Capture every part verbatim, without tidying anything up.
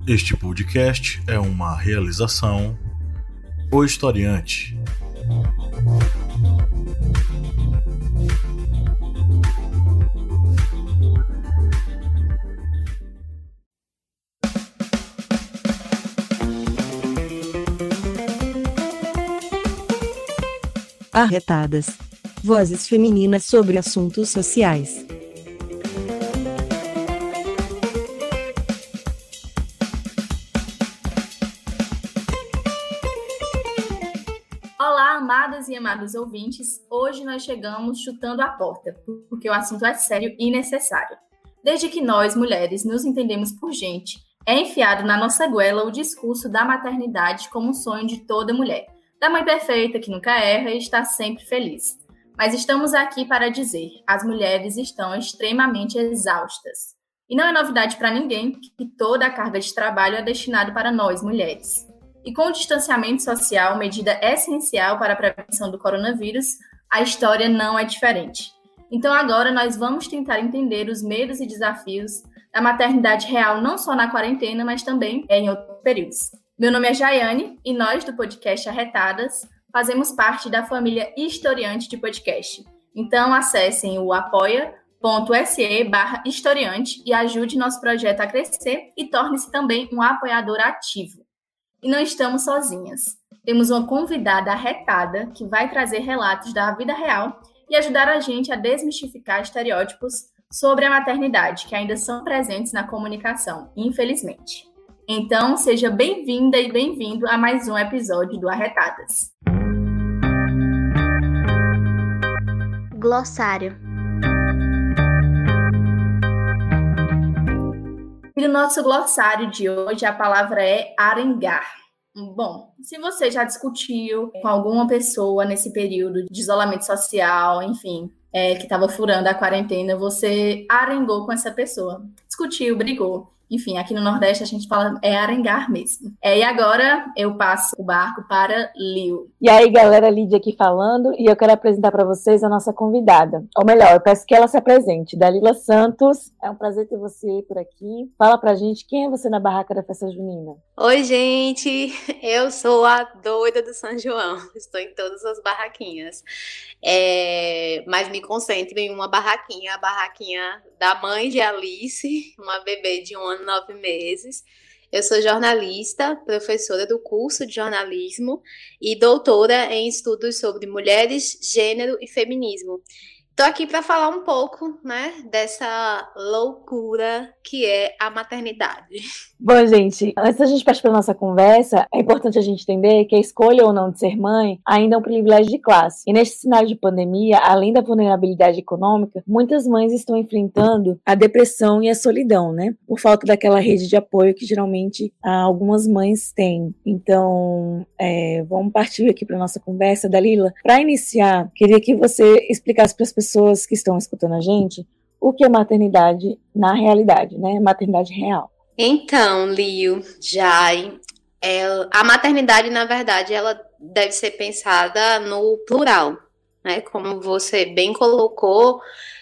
Este podcast é uma realização O Historiante. Arretadas. Vozes femininas sobre assuntos sociais. Olá, amadas e amados ouvintes. Hoje nós chegamos chutando a porta, porque o assunto é sério e necessário. Desde que nós, mulheres, nos entendemos por gente, é enfiado na nossa goela o discurso da maternidade como um sonho de toda mulher, da mãe perfeita que nunca erra e está sempre feliz. Mas estamos aqui para dizer, as mulheres estão extremamente exaustas. E não é novidade para ninguém que toda a carga de trabalho é destinada para nós, mulheres. E com o distanciamento social, medida essencial para a prevenção do coronavírus, a história não é diferente. Então agora nós vamos tentar entender os medos e desafios da maternidade real, não só na quarentena, mas também em outros períodos. Meu nome é Jaiane e nós do podcast Arretadas fazemos parte da família Historiante de podcast. Então acessem o apoia.se barra historiante e ajude nosso projeto a crescer e torne-se também um apoiador ativo. E não estamos sozinhas. Temos uma convidada arretada que vai trazer relatos da vida real e ajudar a gente a desmistificar estereótipos sobre a maternidade, que ainda são presentes na comunicação, infelizmente. Então, seja bem-vinda e bem-vindo a mais um episódio do Arretadas. Glossário. E no nosso glossário de hoje, a palavra é arengar. Bom, se você já discutiu com alguma pessoa nesse período de isolamento social, enfim, é, que estava furando a quarentena, você arengou com essa pessoa. Discutiu, brigou. Enfim, aqui no Nordeste a gente fala é arengar mesmo. É, e agora eu passo o barco para Liu. E aí, galera, Lídia aqui falando, e eu quero apresentar para vocês a nossa convidada. Ou melhor, eu peço que ela se apresente. Dalila Santos, é um prazer ter você por aqui. Fala pra gente, quem é você na barraca da festa junina? Oi, gente, eu sou a doida do São João. Estou em todas as barraquinhas. É... Mas me concentro em uma barraquinha, a barraquinha da mãe de Alice, uma bebê de um ano e nove meses. Eu sou jornalista, professora do curso de jornalismo e doutora em estudos sobre mulheres, gênero e feminismo. Estou aqui para falar um pouco, né, dessa loucura que é a maternidade. Bom, gente, antes da gente partir para a nossa conversa, é importante a gente entender que a escolha ou não de ser mãe ainda é um privilégio de classe. E neste cenário de pandemia, além da vulnerabilidade econômica, muitas mães estão enfrentando a depressão e a solidão, né? Por falta daquela rede de apoio que geralmente ah, algumas mães têm. Então, é, vamos partir aqui para a nossa conversa. Dalila, para iniciar, queria que você explicasse para as pessoas que estão escutando a gente o que é maternidade na realidade, né? Maternidade real. Então, Liu, Jai, é, a maternidade, na verdade, ela deve ser pensada no plural, né? Como você bem colocou,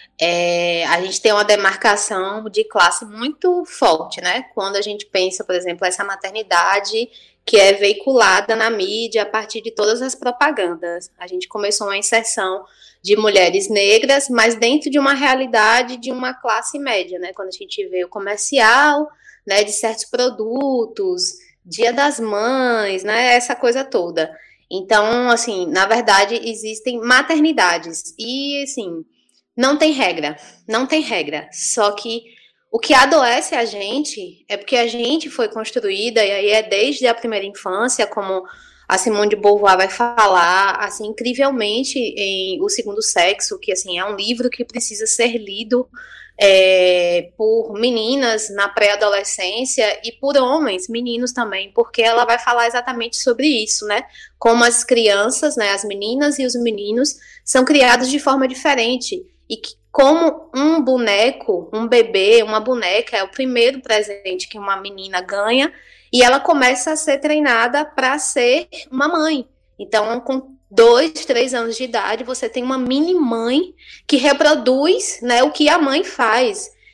é, a gente tem uma demarcação de classe muito forte, né? Quando a gente pensa, por exemplo, essa maternidade que é veiculada na mídia a partir de todas as propagandas. A gente começou uma inserção de mulheres negras, mas dentro de uma realidade de uma classe média, né? Quando a gente vê o comercial, né, de certos produtos, Dia das Mães, né, essa coisa toda. Então, assim, na verdade, existem maternidades e, assim, não tem regra, não tem regra, só que o que adoece a gente é porque a gente foi construída, e aí é desde a primeira infância, como a Simone de Beauvoir vai falar, assim, incrivelmente em O Segundo Sexo, que, assim, é um livro que precisa ser lido É, por meninas na pré-adolescência e por homens, meninos também, porque ela vai falar exatamente sobre isso, né? Como as crianças, né, as meninas e os meninos são criados de forma diferente e que, como um boneco, um bebê, uma boneca é o primeiro presente que uma menina ganha e ela começa a ser treinada para ser uma mãe. Então, com dois, três anos de idade, você tem uma mini mãe que reproduz, né, o que a mãe faz.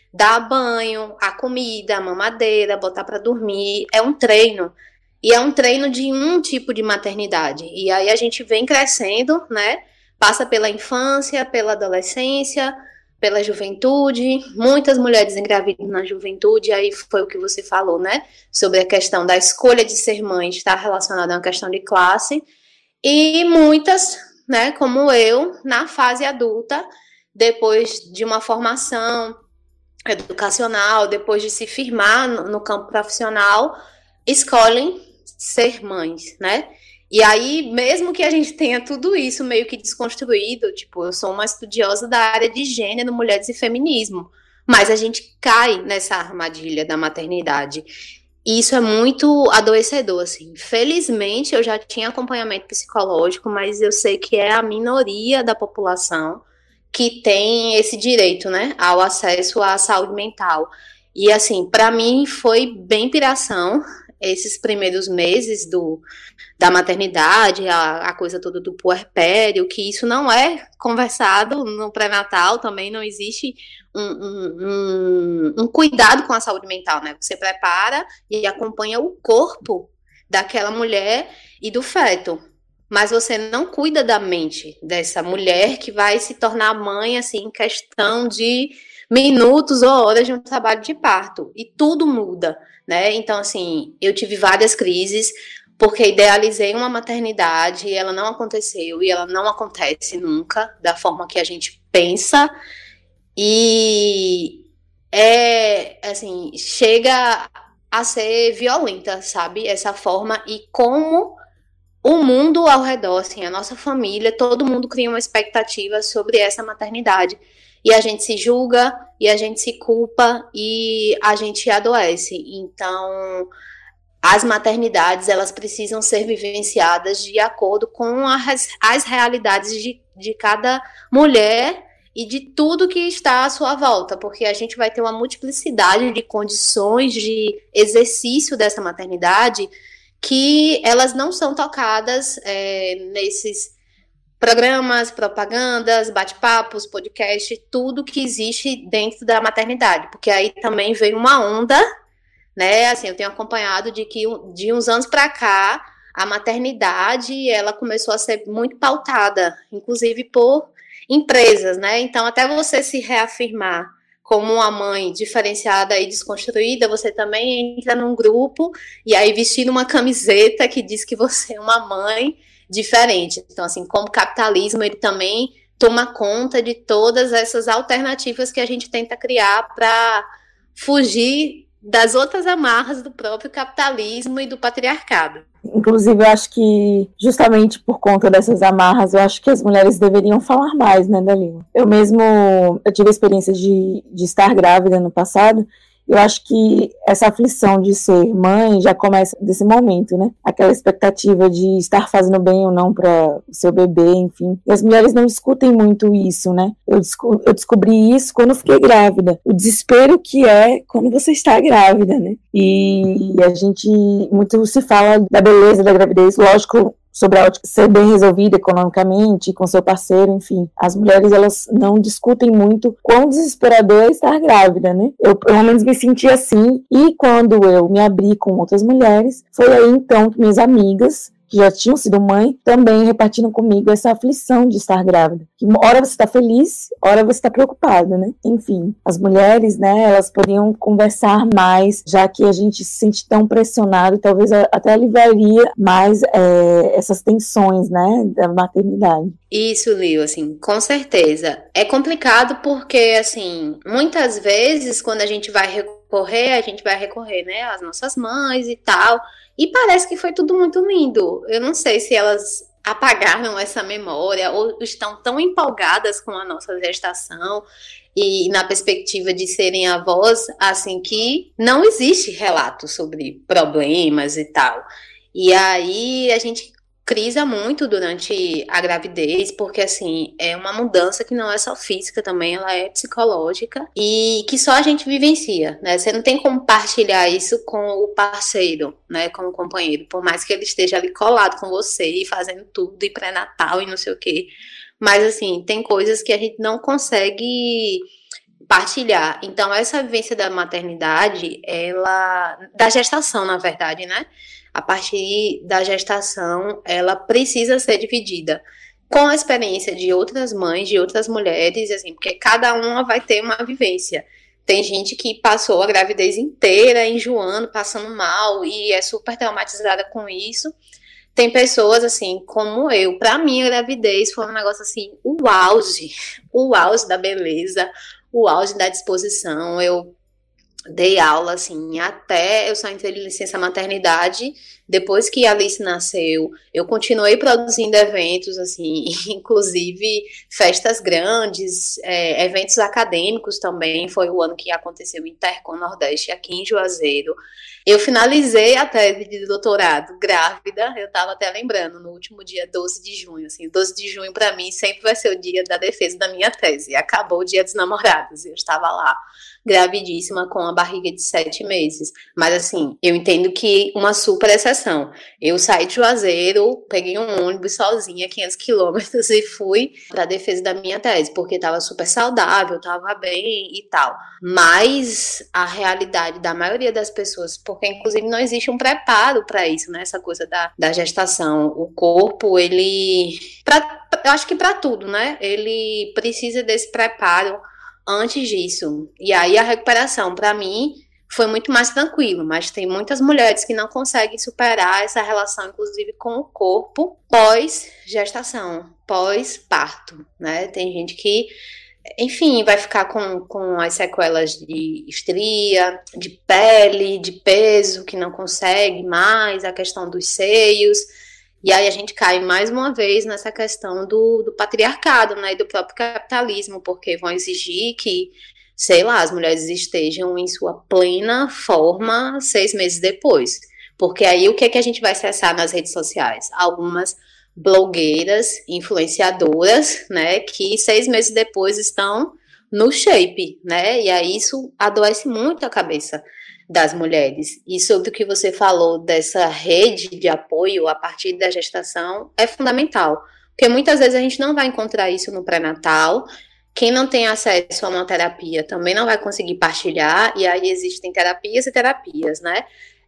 dar banho, a comida, a mamadeira, botar para dormir, é um treino. E é um treino de um tipo de maternidade. E aí a gente vem crescendo, né? Passa pela infância, pela adolescência, pela juventude. Muitas mulheres engravidam na juventude, aí foi o que você falou, né? Sobre a questão da escolha de ser mãe, está relacionada a uma questão de classe. E muitas, né, como eu, na fase adulta, depois de uma formação educacional, depois de se firmar no, no campo profissional, escolhem ser mães, né? E aí, mesmo que a gente tenha tudo isso meio que desconstruído, tipo, eu sou uma estudiosa da área de gênero, mulheres e feminismo, mas a gente cai nessa armadilha da maternidade. E isso é muito adoecedor, assim. Felizmente, eu já tinha acompanhamento psicológico, mas eu sei que é a minoria da população que tem esse direito, né, ao acesso à saúde mental. E, assim, para mim foi bem piração esses primeiros meses do, da maternidade, a, a coisa toda do puerpério, que isso não é conversado no pré-natal, também não existe um, um, um, um cuidado com a saúde mental, né? Você prepara e acompanha o corpo daquela mulher e do feto, mas você não cuida da mente dessa mulher que vai se tornar mãe, assim, em questão de minutos ou horas de um trabalho de parto, e tudo muda, né? Então, assim, eu tive várias crises, porque idealizei uma maternidade e ela não aconteceu, e ela não acontece nunca, da forma que a gente pensa, e é, assim, chega a ser violenta, sabe? Essa forma, e como o mundo ao redor, assim, a nossa família, todo mundo cria uma expectativa sobre essa maternidade. E a gente se julga, e a gente se culpa, e a gente adoece. Então, as maternidades, elas precisam ser vivenciadas de acordo com as, as realidades de, de cada mulher e de tudo que está à sua volta, porque a gente vai ter uma multiplicidade de condições de exercício dessa maternidade que elas não são tocadas é, nesses programas, propagandas, bate-papos, podcast, tudo que existe dentro da maternidade, porque aí também veio uma onda, né, assim, eu tenho acompanhado de que de uns anos para cá, a maternidade, ela começou a ser muito pautada, inclusive por empresas, né, então até você se reafirmar como uma mãe diferenciada e desconstruída, você também entra num grupo, e aí vestindo uma camiseta que diz que você é uma mãe diferente. Então, assim, como o capitalismo, ele também toma conta de todas essas alternativas que a gente tenta criar para fugir das outras amarras do próprio capitalismo e do patriarcado. Inclusive, eu acho que, justamente por conta dessas amarras, eu acho que as mulheres deveriam falar mais, né, Dalila? Eu mesmo, eu tive a experiência de, de estar grávida no passado. Eu acho que essa aflição de ser mãe já começa desse momento, né? Aquela expectativa de estar fazendo bem ou não para o seu bebê, enfim. E as mulheres não discutem muito isso, né? Eu, desco- eu descobri isso quando eu fiquei grávida. O desespero que é quando você está grávida, né? E a gente muito se fala da beleza da gravidez, lógico, sobre a ótica ser bem resolvida economicamente, com seu parceiro, enfim. As mulheres, elas não discutem muito quão desesperador é estar grávida, né? Eu, pelo menos, me senti assim, e quando eu me abri com outras mulheres, foi aí, então, que minhas amigas, que já tinham sido mãe, também repartiram comigo essa aflição de estar grávida. Que hora você está feliz, hora você está preocupada, né? Enfim, as mulheres, né, elas poderiam conversar mais, já que a gente se sente tão pressionado, talvez até aliviaria mais é, essas tensões, né, da maternidade. Isso, Lio, assim, com certeza. É complicado porque, assim, muitas vezes, quando a gente vai recorrer, a gente vai recorrer, né, às nossas mães e tal, e parece que foi tudo muito lindo. Eu não sei se elas apagaram essa memória ou estão tão empolgadas com a nossa gestação e na perspectiva de serem avós, assim, que não existe relato sobre problemas e tal. E aí a gente crisa muito durante a gravidez, porque, assim, é uma mudança que não é só física também, ela é psicológica e que só a gente vivencia, né? Você não tem como partilhar isso com o parceiro, né? Com o companheiro, por mais que ele esteja ali colado com você e fazendo tudo, e pré-natal e não sei o quê. Mas, assim, tem coisas que a gente não consegue partilhar. Então, essa vivência da maternidade, ela, da gestação, na verdade, né? A partir da gestação, ela precisa ser dividida com a experiência de outras mães, de outras mulheres, assim, porque cada uma vai ter uma vivência. Tem gente que passou a gravidez inteira enjoando, passando mal e é super traumatizada com isso. Tem pessoas, assim, como eu. Pra mim, a gravidez foi um negócio, assim, o auge. O auge da beleza, o auge da disposição. Eu dei aula, assim, até eu só entrei em licença maternidade. Depois que a Alice nasceu, eu continuei produzindo eventos, assim, inclusive festas grandes, é, eventos acadêmicos também. Foi o ano que aconteceu o Intercom Nordeste aqui em Juazeiro. Eu finalizei a tese de doutorado grávida, eu estava até lembrando, no último dia doze de junho. Assim, doze de junho, para mim, sempre vai ser o dia da defesa da minha tese. Acabou o dia dos namorados, eu estava lá, gravidíssima, com a barriga de sete meses. Mas, assim, eu entendo que uma super exceção. Eu saí de Juazeiro, peguei um ônibus sozinha, quinhentos quilômetros, e fui para a defesa da minha tese, porque estava super saudável, estava bem e tal. Mas a realidade da maioria das pessoas, porque inclusive não existe um preparo para isso, né? Essa coisa da, da gestação. O corpo, ele... Pra, eu acho que para tudo, né? Ele precisa desse preparo antes disso. E aí a recuperação, para mim, foi muito mais tranquilo, mas tem muitas mulheres que não conseguem superar essa relação, inclusive com o corpo, pós-gestação, pós-parto, né? Tem gente que, enfim, vai ficar com, com as sequelas de estria, de pele, de peso, que não consegue mais, a questão dos seios. E aí a gente cai mais uma vez nessa questão do, do patriarcado, né, e do próprio capitalismo, porque vão exigir que, sei lá, as mulheres estejam em sua plena forma seis meses depois. Porque aí o que é que a gente vai acessar nas redes sociais? Algumas blogueiras, influenciadoras, né, que seis meses depois estão no shape, né, e aí isso adoece muito a cabeça das mulheres. E sobre o que você falou dessa rede de apoio a partir da gestação, é fundamental, porque muitas vezes a gente não vai encontrar isso no pré-natal. Quem não tem acesso a uma terapia também não vai conseguir partilhar, e aí existem terapias e terapias, né?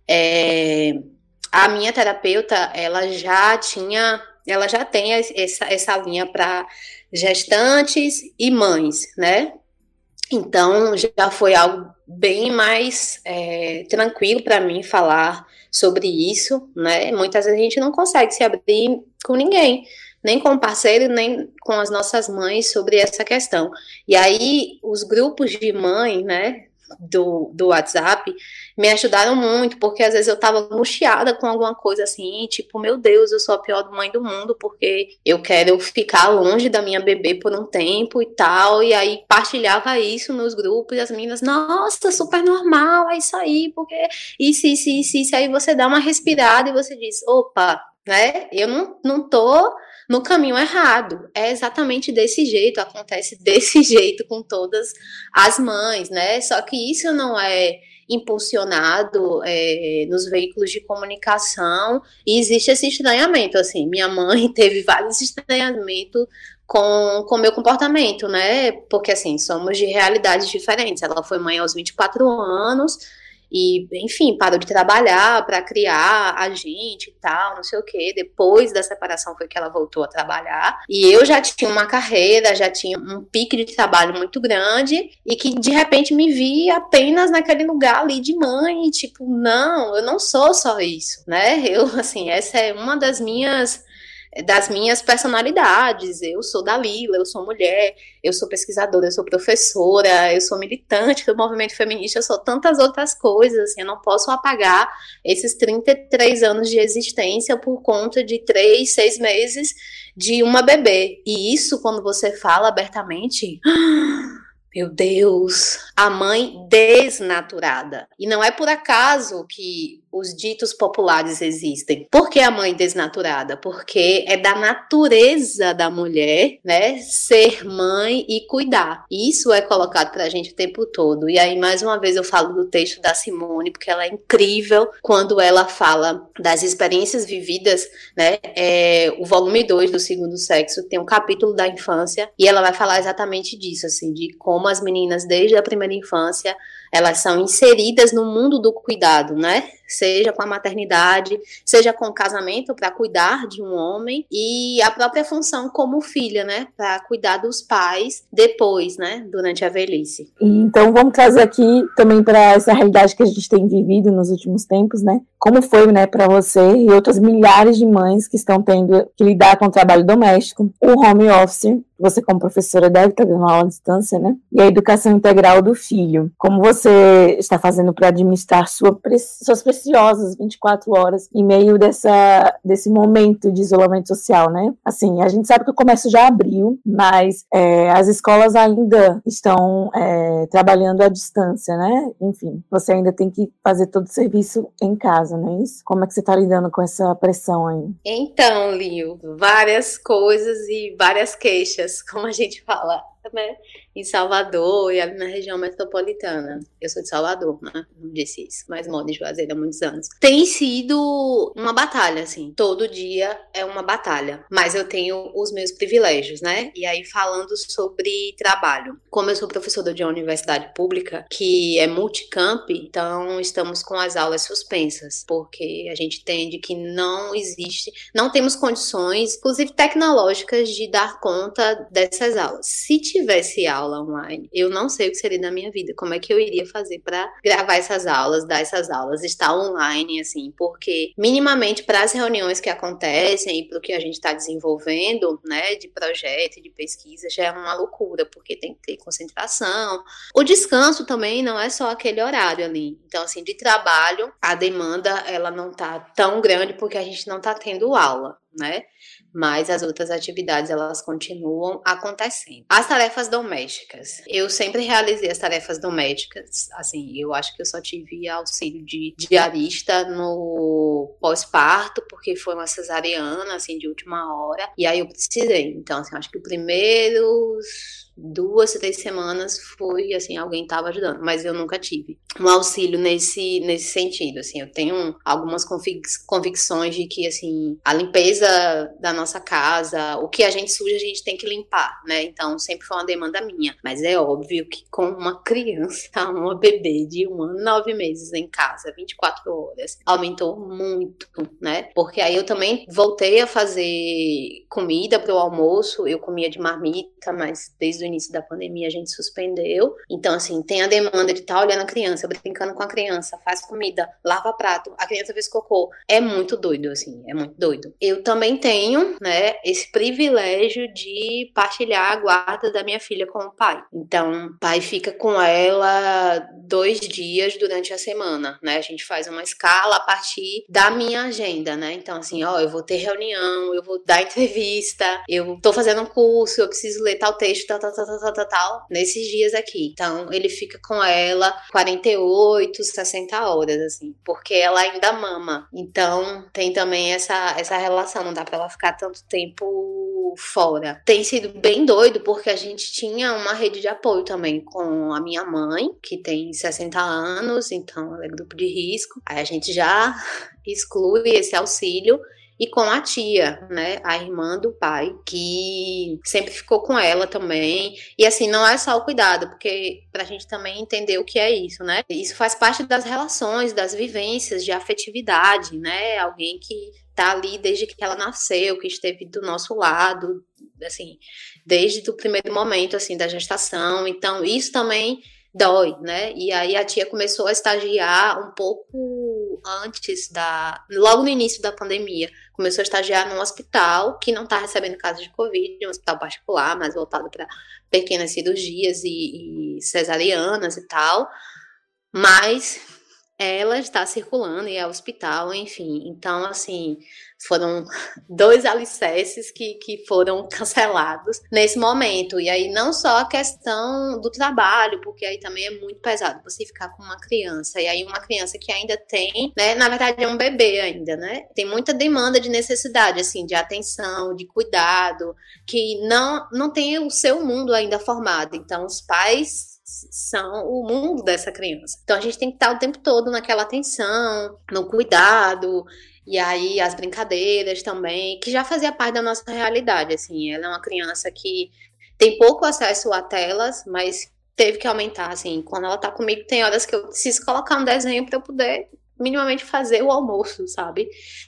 É, a minha terapeuta, ela já tinha, ela já tem essa, essa linha para gestantes e mães, né? Então, já foi algo bem mais é, tranquilo para mim falar sobre isso, né? Muitas vezes a gente não consegue se abrir com ninguém, nem com o parceiro, nem com as nossas mães sobre essa questão. E aí, os grupos de mãe, né, do, do WhatsApp, me ajudaram muito, porque às vezes eu estava angustiada com alguma coisa assim, tipo, meu Deus, eu sou a pior mãe do mundo, porque eu quero ficar longe da minha bebê por um tempo e tal, e aí partilhava isso nos grupos, e as meninas, nossa, super normal, é isso aí, porque isso, isso, isso, isso, aí você dá uma respirada e você diz, opa, né, eu não, não tô no caminho errado, é exatamente desse jeito, acontece desse jeito com todas as mães, né, só que isso não é impulsionado é, nos veículos de comunicação, e existe esse estranhamento, assim, minha mãe teve vários estranhamentos com o meu comportamento, né, porque, assim, somos de realidades diferentes. Ela foi mãe aos vinte e quatro anos, e, enfim, parou de trabalhar para criar a gente e tal, não sei o quê. Depois da separação foi que ela voltou a trabalhar. E eu já tinha uma carreira, já tinha um pique de trabalho muito grande, e que, de repente, me vi apenas naquele lugar ali de mãe, e, tipo, não, eu não sou só isso, né? Eu, assim, essa é uma das minhas... das minhas personalidades. Eu sou Dalila, eu sou mulher, eu sou pesquisadora, eu sou professora, eu sou militante do movimento feminista, eu sou tantas outras coisas, assim, eu não posso apagar esses trinta e três anos de existência por conta de três, seis meses de uma bebê. E isso, quando você fala abertamente, meu Deus, a mãe desnaturada. E não é por acaso que os ditos populares existem. Por que a mãe desnaturada? Porque é da natureza da mulher, né, ser mãe e cuidar. Isso é colocado pra gente o tempo todo. E aí, mais uma vez, eu falo do texto da Simone, porque ela é incrível quando ela fala das experiências vividas, né, é, o volume dois do Segundo Sexo tem um capítulo da infância, e ela vai falar exatamente disso, assim, de como as meninas, desde a primeira infância, elas são inseridas no mundo do cuidado, né? Seja com a maternidade, seja com o casamento para cuidar de um homem, e a própria função como filha, né? Para cuidar dos pais depois, né? Durante a velhice. Então vamos trazer aqui também para essa realidade que a gente tem vivido nos últimos tempos, né? Como foi, né, para você e outras milhares de mães que estão tendo que lidar com o trabalho doméstico, o home office, você como professora deve estar dando aula à distância, né? E a educação integral do filho. Como você está fazendo para administrar sua, suas preciosas vinte e quatro horas em meio dessa, desse momento de isolamento social, né? Assim, a gente sabe que o comércio já abriu, mas é, as escolas ainda estão é, trabalhando à distância, né? Enfim, você ainda tem que fazer todo o serviço em casa, não é isso? Como é que você está lidando com essa pressão aí? Então, Lio, várias coisas e várias queixas, como a gente fala, né? Em Salvador e ali na região metropolitana. Eu sou de Salvador, né? Não disse isso, mas moro em Juazeiro há muitos anos. Tem sido uma batalha, assim. Todo dia é uma batalha. Mas eu tenho os meus privilégios, né? E aí, falando sobre trabalho. Como eu sou professora de uma universidade pública, que é multicamp, então estamos com as aulas suspensas, porque a gente entende que não existe, não temos condições, inclusive tecnológicas, de dar conta dessas aulas. Se tivesse aula online, eu não sei o que seria da minha vida, como é que eu iria fazer para gravar essas aulas, dar essas aulas, estar online, assim, porque minimamente para as reuniões que acontecem e para o que a gente está desenvolvendo, né, de projeto e de pesquisa, já é uma loucura, porque tem que ter concentração. O descanso também não é só aquele horário ali. Então, assim, de trabalho, a demanda, ela não tá tão grande porque a gente não tá tendo aula, né? Mas as outras atividades, elas continuam acontecendo. As tarefas domésticas. Eu sempre realizei as tarefas domésticas. Assim, eu acho que eu só tive auxílio de diarista no pós-parto, porque foi uma cesariana, assim, de última hora. E aí eu precisei. Então, assim, acho que o primeiro... duas, três semanas foi, assim, alguém estava ajudando, mas eu nunca tive um auxílio nesse, nesse sentido, assim, eu tenho algumas convic- convicções de que, assim, a limpeza da nossa casa, o que a gente suja, a gente tem que limpar, né, então sempre foi uma demanda minha, mas é óbvio que com uma criança, uma bebê de um ano, nove meses em casa, vinte e quatro horas, aumentou muito, né, porque aí eu também voltei a fazer comida para o almoço, eu comia de marmita, mas desde o início da pandemia a gente suspendeu, então assim, tem a demanda de estar tá olhando a criança, brincando com a criança, faz comida, lava prato, a criança fez cocô, é muito doido, assim, é muito doido. Eu também tenho, né, esse privilégio de partilhar a guarda da minha filha com o pai, então o pai fica com ela dois dias durante a semana, né, a gente faz uma escala a partir da minha agenda, né, então assim, ó, eu vou ter reunião, eu vou dar entrevista, eu tô fazendo um curso, eu preciso ler tal texto, tal, tal, tal, tal, tal, tal, nesses dias aqui. Então, ele fica com ela quarenta e oito, sessenta horas, assim, porque ela ainda mama. Então, tem também essa, essa relação, não dá pra ela ficar tanto tempo fora. Tem sido bem doido, porque a gente tinha uma rede de apoio também com a minha mãe, que tem sessenta anos, então ela é grupo de risco. Aí a gente já exclui esse auxílio. E com a tia, né, a irmã do pai, que sempre ficou com ela também. E assim, não é só o cuidado, porque pra gente também entender o que é isso, né? Isso faz parte das relações, das vivências, de afetividade, né? Alguém que tá ali desde que ela nasceu, que esteve do nosso lado, assim, desde o primeiro momento, assim, da gestação. Então, isso também dói, né? E aí a tia começou a estagiar um pouco antes da... logo no início da pandemia. Começou a estagiar num hospital que não tá recebendo casos de Covid, um hospital particular, mais voltado para pequenas cirurgias e, e cesarianas e tal. Mas ela está circulando e é hospital, enfim. Então, assim, foram dois alicerces que, que foram cancelados nesse momento. E aí, não só a questão do trabalho, porque aí também é muito pesado você ficar com uma criança. E aí, uma criança que ainda tem, né, na verdade é um bebê ainda, né? Tem muita demanda de necessidade, assim, de atenção, de cuidado, que não, não tem o seu mundo ainda formado. Então, os pais são o mundo dessa criança. Então a gente tem que estar o tempo todo naquela atenção, no cuidado, e aí as brincadeiras também, que já fazia parte da nossa realidade, assim. Ela é uma criança que tem pouco acesso a telas, mas teve que aumentar, assim. Quando ela tá comigo, tem horas que eu preciso colocar um desenho para eu poder minimamente fazer o almoço, sabe?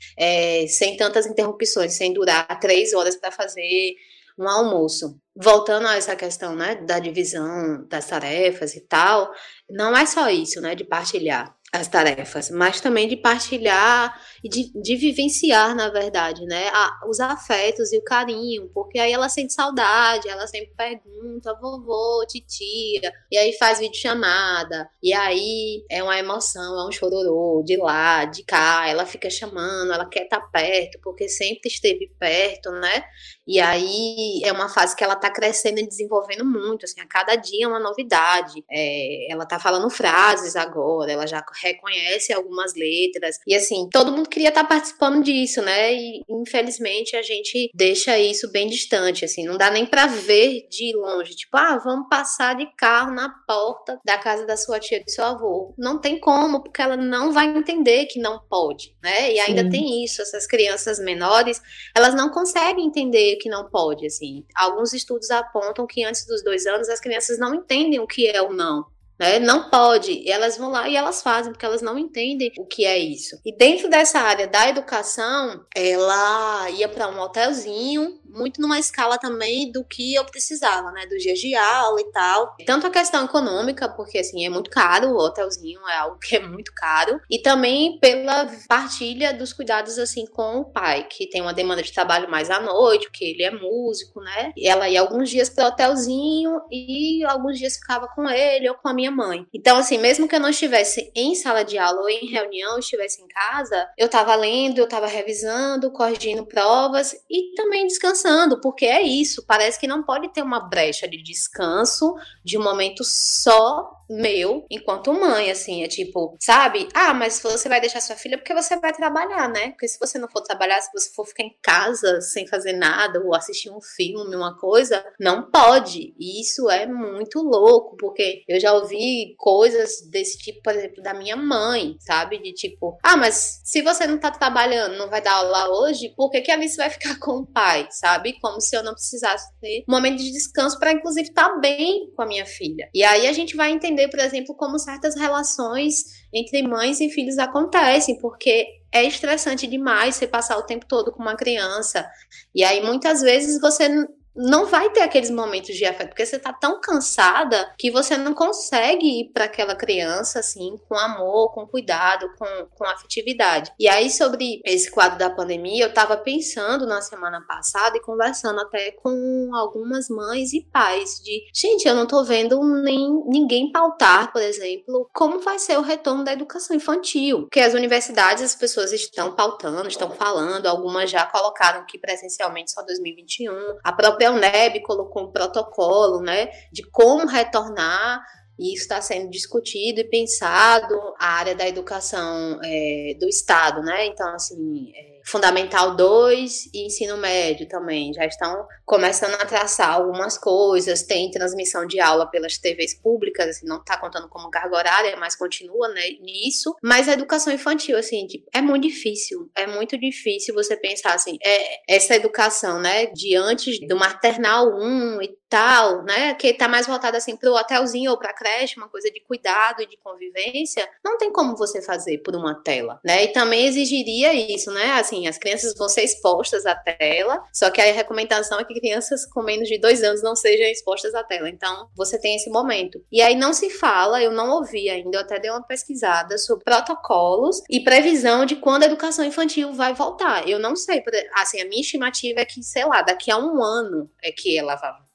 É, sem tantas interrupções, sem durar três horas para fazer um almoço. Voltando a essa questão, né, da divisão das tarefas e tal, não é só isso, né, de partilhar as tarefas, mas também de partilhar e de, de vivenciar, na verdade, né, a, os afetos e o carinho, porque aí ela sente saudade, ela sempre pergunta, vovô, titia, e aí faz videochamada, e aí é uma emoção, é um chororô, de lá, de cá, ela fica chamando, ela quer estar perto, porque sempre esteve perto, né, e aí é uma fase que ela tá crescendo e desenvolvendo muito, assim, a cada dia é uma novidade, é, ela tá falando frases agora, ela já reconhece algumas letras, e assim, todo mundo queria estar participando disso, né, e infelizmente a gente deixa isso bem distante, assim, não dá nem pra ver de longe, tipo, ah, vamos passar de carro na porta da casa da sua tia e do seu avô, não tem como, porque ela não vai entender que não pode, né, e ainda Sim. tem isso, essas crianças menores, elas não conseguem entender que não pode, assim, alguns estudos apontam que antes dos dois anos as crianças não entendem o que é o não, né? Não pode, e elas vão lá e elas fazem, porque elas não entendem o que é isso. E dentro dessa área da educação, ela ia para um hotelzinho, muito numa escala também do que eu precisava, né, dos dias de aula e tal. Tanto a questão econômica, porque assim, é muito caro, o hotelzinho é algo que é muito caro, e também pela partilha dos cuidados assim com o pai, que tem uma demanda de trabalho mais à noite, porque ele é músico, né, e ela ia alguns dias pro hotelzinho e alguns dias ficava com ele ou com a minha mãe. Então assim, mesmo que eu não estivesse em sala de aula ou em reunião, estivesse em casa, eu tava lendo, eu tava revisando, corrigindo provas e também descansando, porque é isso, parece que não pode ter uma brecha de descanso de um momento só meu, enquanto mãe, assim, é tipo, sabe? Ah, mas você vai deixar sua filha porque você vai trabalhar, né? Porque se você não for trabalhar, se você for ficar em casa sem fazer nada ou assistir um filme, uma coisa, não pode. E isso é muito louco, porque eu já ouvi coisas desse tipo, por exemplo, da minha mãe, sabe? De tipo, ah, mas se você não tá trabalhando, não vai dar aula hoje, por que que a Alice vai ficar com o pai, sabe? Como se eu não precisasse ter um momento de descanso para, inclusive, estar bem com a minha filha. E aí a gente vai entender, por exemplo, como certas relações entre mães e filhos acontecem, porque é estressante demais você passar o tempo todo com uma criança, e aí muitas vezes você não vai ter aqueles momentos de afeto, porque você tá tão cansada que você não consegue ir para aquela criança, assim, com amor, com cuidado, com, com afetividade. E aí, sobre esse quadro da pandemia, eu tava pensando na semana passada e conversando até com algumas mães e pais de, gente, eu não tô vendo nem ninguém pautar, por exemplo, como vai ser o retorno da educação infantil, porque as universidades, as pessoas estão pautando, estão falando, algumas já colocaram que presencialmente só dois mil e vinte e um, a própria A UNEB colocou um protocolo, né, de como retornar, e isso está sendo discutido e pensado, a área da educação é, do Estado, né, então, assim, é, Fundamental dois e ensino médio também, já estão começando a traçar algumas coisas, tem transmissão de aula pelas T Vs públicas, assim, não está contando como carga horária, mas continua, né, nisso, mas a educação infantil, assim, tipo, é muito difícil, é muito difícil você pensar, assim, é, essa educação, né, de antes do maternal um e tal, né, que tá mais voltada, assim, pro hotelzinho ou pra creche, uma coisa de cuidado e de convivência, não tem como você fazer por uma tela, né, e também exigiria isso, né, assim, as crianças vão ser expostas à tela, só que a recomendação é que crianças com menos de dois anos não sejam expostas à tela, então você tem esse momento. E aí não se fala, eu não ouvi ainda, eu até dei uma pesquisada sobre protocolos e previsão de quando a educação infantil vai voltar. Eu não sei, assim, a minha estimativa é que, sei lá, daqui a um ano é que ela vai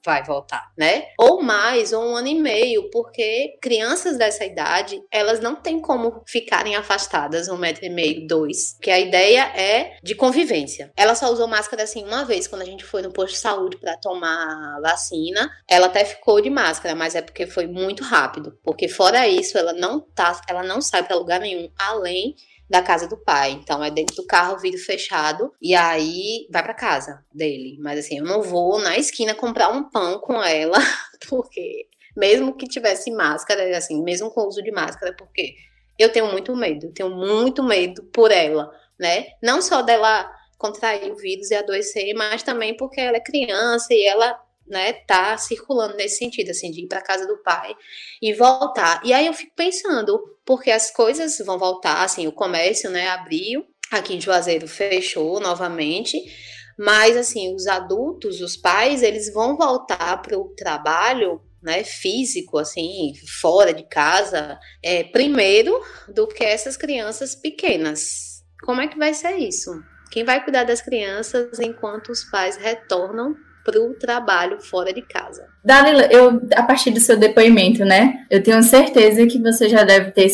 vai voltar, né? Ou mais, ou um ano e meio, porque crianças dessa idade, elas não têm como ficarem afastadas um metro e meio, dois, porque a ideia é de convivência. Ela só usou máscara assim uma vez, quando a gente foi no posto de saúde para tomar vacina, ela até ficou de máscara, mas é porque foi muito rápido, porque fora isso, ela não tá, ela não sai para lugar nenhum, além da casa do pai. Então é dentro do carro, vidro fechado, e aí vai pra casa dele. Mas assim, eu não vou na esquina comprar um pão com ela, porque mesmo que tivesse máscara, assim, mesmo com o uso de máscara, porque eu tenho muito medo, eu tenho muito medo por ela, né? Não só dela contrair o vírus e adoecer, mas também porque ela é criança e ela, né, tá circulando nesse sentido, assim, de ir pra casa do pai e voltar. E aí eu fico pensando, porque as coisas vão voltar, assim, o comércio, né, abriu, aqui em Juazeiro fechou novamente, mas, assim, os adultos, os pais, eles vão voltar pro trabalho, né, físico, assim, fora de casa, é, primeiro do que essas crianças pequenas. Como é que vai ser isso? Quem vai cuidar das crianças enquanto os pais retornam para o trabalho fora de casa? Dalila, eu, a partir do seu depoimento, né, eu tenho certeza que você já deve ter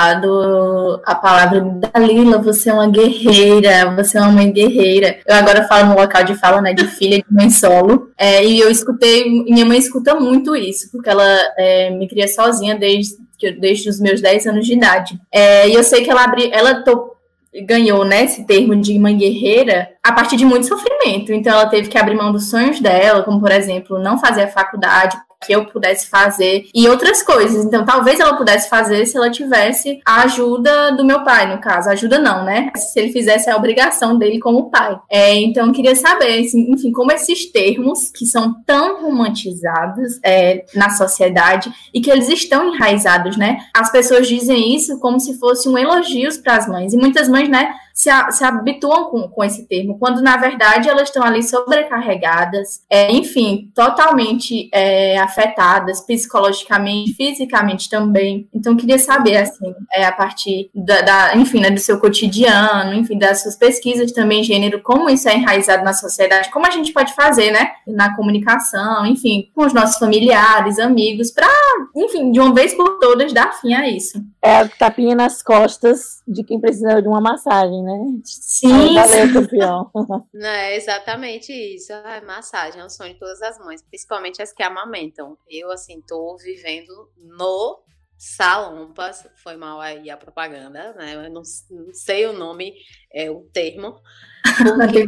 escutado a palavra Dalila, você é uma guerreira, você é uma mãe guerreira. Eu agora falo no local de fala, né, de filha de mãe solo, é, e eu escutei, minha mãe escuta muito isso, porque ela é, me cria sozinha desde, desde os meus dez anos de idade. É, e eu sei que ela, abri, ela to, ganhou, né, esse termo de mãe guerreira a partir de muito sofrimento. Então ela teve que abrir mão dos sonhos dela, como por exemplo, não fazer a faculdade que eu pudesse fazer e outras coisas. Então talvez ela pudesse fazer se ela tivesse a ajuda do meu pai, no caso. Ajuda não, né? Se ele fizesse a obrigação dele como pai. É, então eu queria saber, assim, enfim, como esses termos que são tão romantizados é, na sociedade e que eles estão enraizados, né? As pessoas dizem isso como se fosse um elogio para as mães. E muitas mães, né, se, a, se habituam com, com esse termo, quando na verdade elas estão ali sobrecarregadas, é, enfim, totalmente é, afetadas psicologicamente, fisicamente também. Então, queria saber, assim, é, a partir da, da enfim, né, do seu cotidiano, enfim, das suas pesquisas também, gênero, como isso é enraizado na sociedade, como a gente pode fazer, né, na comunicação, enfim, com os nossos familiares, amigos, para, enfim, de uma vez por todas, dar fim a isso. É a tapinha nas costas de quem precisa de uma massagem, né? Sim. Valeu, campeão. Não, é exatamente isso. A massagem é um sonho de todas as mães, principalmente as que amamentam. Eu, assim, tô vivendo no Salompas, foi mal aí a propaganda, né? Eu não, não sei o nome, é o termo, porque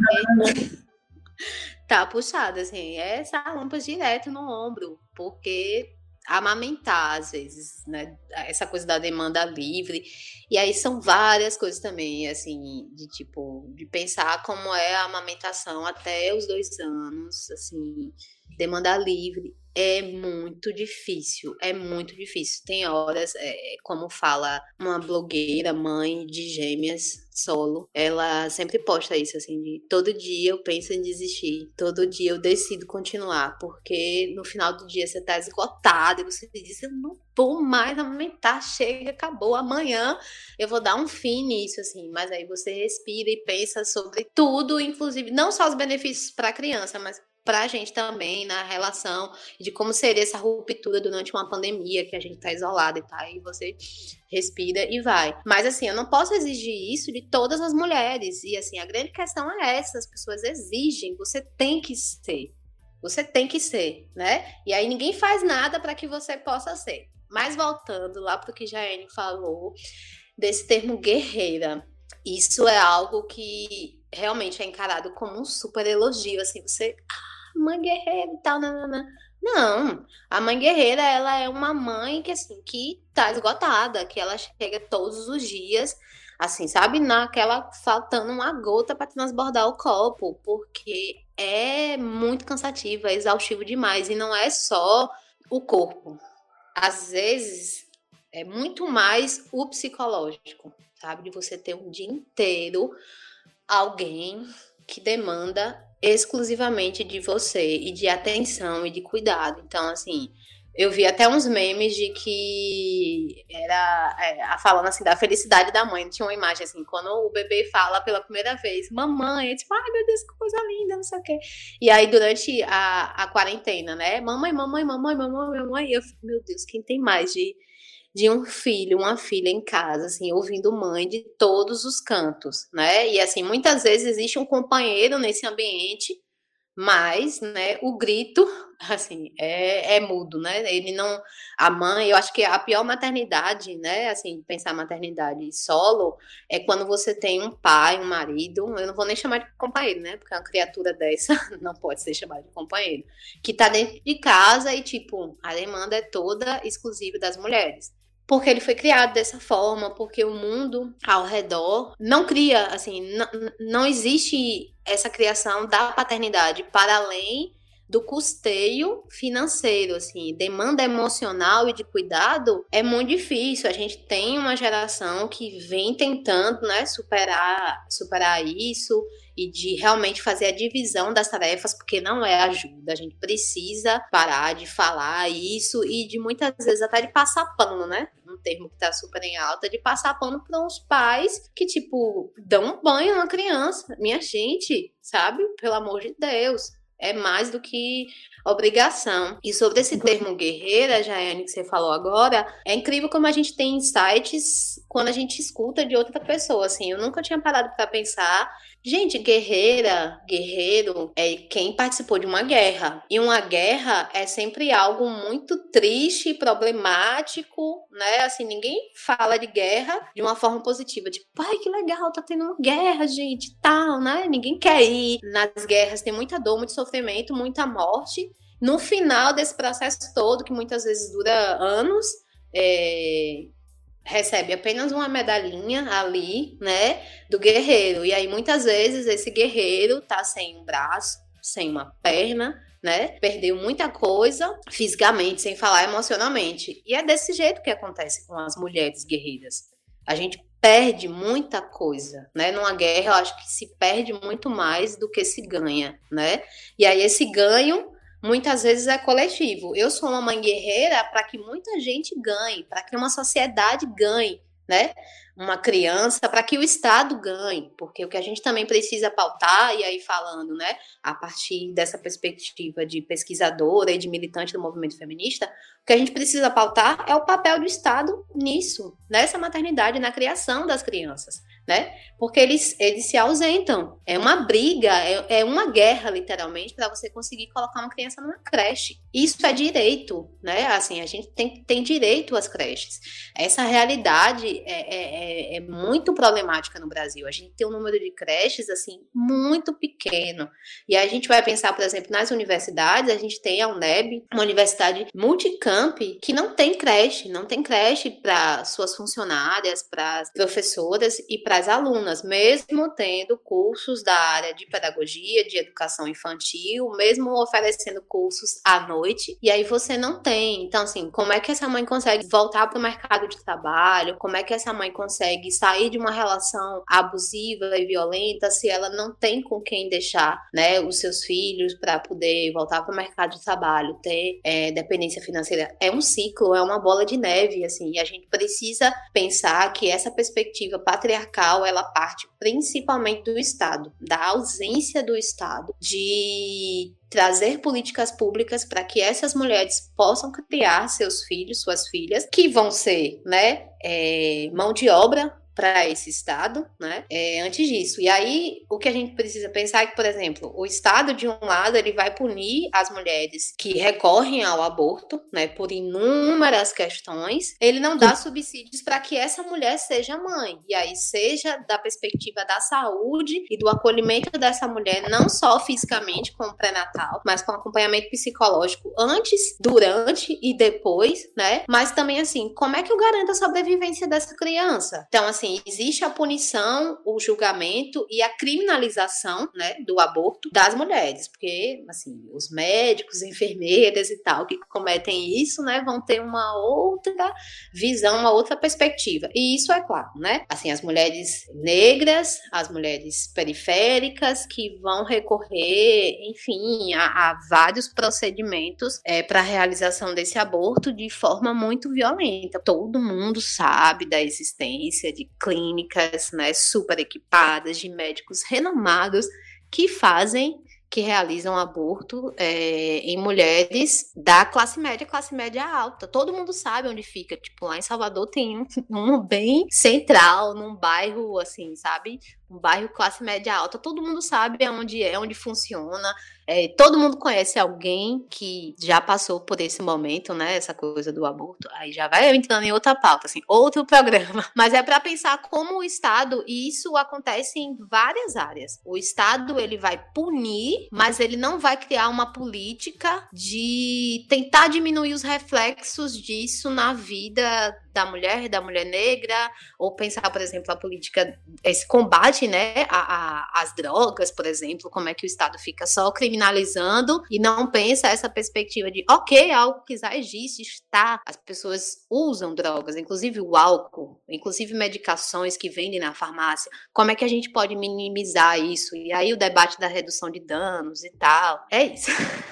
tá puxado, assim, é Salompas direto no ombro, porque amamentar, às vezes, né, essa coisa da demanda livre, e aí são várias coisas também, assim, de tipo, de pensar como é a amamentação até os dois anos, assim, demanda livre, é muito difícil, é muito difícil, tem horas, é, como fala uma blogueira, mãe de gêmeas, solo, ela sempre posta isso, assim, de todo dia eu penso em desistir, todo dia eu decido continuar, porque no final do dia você tá esgotado e você diz, eu não vou mais amamentar, chega, acabou, amanhã eu vou dar um fim nisso, assim, mas aí você respira e pensa sobre tudo, inclusive, não só os benefícios para a criança, mas pra gente também, na relação de como seria essa ruptura durante uma pandemia, que a gente tá isolado e tá, e você respira e vai. Mas assim, eu não posso exigir isso de todas as mulheres, e assim, a grande questão é essa, as pessoas exigem, você tem que ser, você tem que ser, né? E aí ninguém faz nada para que você possa ser. Mas voltando lá pro que Jaiane falou, desse termo guerreira, isso é algo que realmente é encarado como um super elogio, assim, você... mãe guerreira e tal, não, não, não. Não, a mãe guerreira, ela é uma mãe que, assim, que tá esgotada, que ela chega todos os dias, assim, sabe, naquela, faltando uma gota para transbordar o copo, porque é muito cansativo, é exaustivo demais, e não é só o corpo. Às vezes, é muito mais o psicológico, sabe, de você ter um dia inteiro alguém que demanda exclusivamente de você e de atenção e de cuidado. Então, assim, Eu vi até uns memes de que era é, falando assim da felicidade da mãe. Tinha uma imagem assim, quando o bebê fala pela primeira vez, mamãe, é tipo, ai meu Deus, que coisa linda, não sei o quê. E aí durante a, a quarentena, né, mamãe, mamãe, mamãe, mamãe, mamãe, eu fico, meu Deus, quem tem mais de, de um filho, uma filha em casa, assim, ouvindo mãe de todos os cantos, né? E assim, muitas vezes existe um companheiro nesse ambiente, mas, né, o grito, assim, é, é mudo, né? Ele não... A mãe, eu acho que a pior maternidade, né, assim, pensar a maternidade solo, é quando você tem um pai, um marido, eu não vou nem chamar de companheiro, né? Porque uma criatura dessa não pode ser chamada de companheiro, que tá dentro de casa e, tipo, a demanda é toda exclusiva das mulheres. Porque ele foi criado dessa forma, porque o mundo ao redor não cria, assim, não, não existe essa criação da paternidade para além do custeio financeiro, assim, demanda emocional e de cuidado é muito difícil. A gente tem uma geração que vem tentando, né, superar, superar isso e de realmente fazer a divisão das tarefas, porque não é ajuda. A gente precisa parar de falar isso e de muitas vezes até de passar pano, né? Um termo que tá super em alta, de passar pano para uns pais que, tipo, dão um banho na criança. Minha gente, sabe? Pelo amor de Deus. É mais do que obrigação. E sobre esse termo guerreira, Jaiane, que você falou agora, é incrível como a gente tem insights quando a gente escuta de outra pessoa, assim. Eu nunca tinha parado para pensar. Gente, guerreira, guerreiro é quem participou de uma guerra. E uma guerra é sempre algo muito triste e problemático, né? Assim, ninguém fala de guerra de uma forma positiva. Tipo, ai, que legal, tá tendo uma guerra, gente, tal, né? Ninguém quer ir. Nas guerras tem muita dor, muito sofrimento, muita morte. No final desse processo todo, que muitas vezes dura anos, é... recebe apenas uma medalhinha ali, né, do guerreiro. E aí, muitas vezes, esse guerreiro tá sem um braço, sem uma perna, né, perdeu muita coisa fisicamente, sem falar emocionalmente. E é desse jeito que acontece com as mulheres guerreiras. A gente perde muita coisa, né, numa guerra eu acho que se perde muito mais do que se ganha, né. E aí, esse ganho muitas vezes é coletivo. Eu sou uma mãe guerreira para que muita gente ganhe, para que uma sociedade ganhe, né? Uma criança, para que o Estado ganhe, porque o que a gente também precisa pautar, e aí falando, né, a partir dessa perspectiva de pesquisadora e de militante do movimento feminista, o que a gente precisa pautar é o papel do Estado nisso, nessa maternidade, na criação das crianças, né? Porque eles, eles se ausentam. É uma briga, é, é uma guerra, literalmente, para você conseguir colocar uma criança numa creche. Isso é direito, né? Assim, a gente tem, tem direito às creches. Essa realidade é, é, é muito problemática no Brasil. A gente tem um número de creches, assim, muito pequeno. E a gente vai pensar, por exemplo, nas universidades, a gente tem a UNEB, uma universidade multicamp, que não tem creche, não tem creche para suas funcionárias, para as professoras e para as alunas, mesmo tendo cursos da área de pedagogia, de educação infantil, mesmo oferecendo cursos à noite, e aí você não tem. Então, assim, como é que essa mãe consegue voltar para o mercado de trabalho? Como é que essa mãe consegue sair de uma relação abusiva e violenta se ela não tem com quem deixar, né, os seus filhos para poder voltar para o mercado de trabalho, ter é, dependência financeira? É um ciclo, é uma bola de neve, assim, e a gente precisa pensar que essa perspectiva patriarcal, ela parte principalmente do Estado, da ausência do Estado de trazer políticas públicas para que essas mulheres possam criar seus filhos, suas filhas, que vão ser, né, é, mão de obra para esse Estado, né, é, antes disso. E aí, o que a gente precisa pensar é que, por exemplo, o Estado, de um lado, ele vai punir as mulheres que recorrem ao aborto, né, por inúmeras questões. Ele não dá subsídios para que essa mulher seja mãe. E aí, seja da perspectiva da saúde e do acolhimento dessa mulher, não só fisicamente, com o pré-natal, mas com acompanhamento psicológico antes, durante e depois, né, mas também, assim, como é que eu garanto a sobrevivência dessa criança? Então, assim, assim, existe a punição, o julgamento e a criminalização, né, do aborto das mulheres, porque, assim, os médicos, enfermeiras e tal que cometem isso, né, vão ter uma outra visão, uma outra perspectiva. E isso é claro, né? Assim, as mulheres negras, as mulheres periféricas que vão recorrer, enfim, a, a vários procedimentos é, para a realização desse aborto de forma muito violenta. Todo mundo sabe da existência de clínicas, né, super equipadas, de médicos renomados que fazem, que realizam aborto é, em mulheres da classe média, classe média alta. Todo mundo sabe onde fica. Tipo, lá em Salvador tem um, um bem central, num bairro, assim, sabe? Um bairro classe média alta. Todo mundo sabe onde é, onde funciona. É, todo mundo conhece alguém que já passou por esse momento, né? Essa coisa do aborto. Aí já vai entrando em outra pauta, assim, outro programa. Mas é para pensar como o Estado, e isso acontece em várias áreas. O Estado, ele vai punir, mas ele não vai criar uma política de tentar diminuir os reflexos disso na vida da mulher, da mulher negra, ou pensar, por exemplo, a política, esse combate, né, a, a, as drogas, por exemplo, como é que o Estado fica só criminalizando e não pensa essa perspectiva de, ok, algo que já existe, está, as pessoas usam drogas, inclusive o álcool, inclusive medicações que vendem na farmácia, como é que a gente pode minimizar isso? E aí o debate da redução de danos e tal, é isso.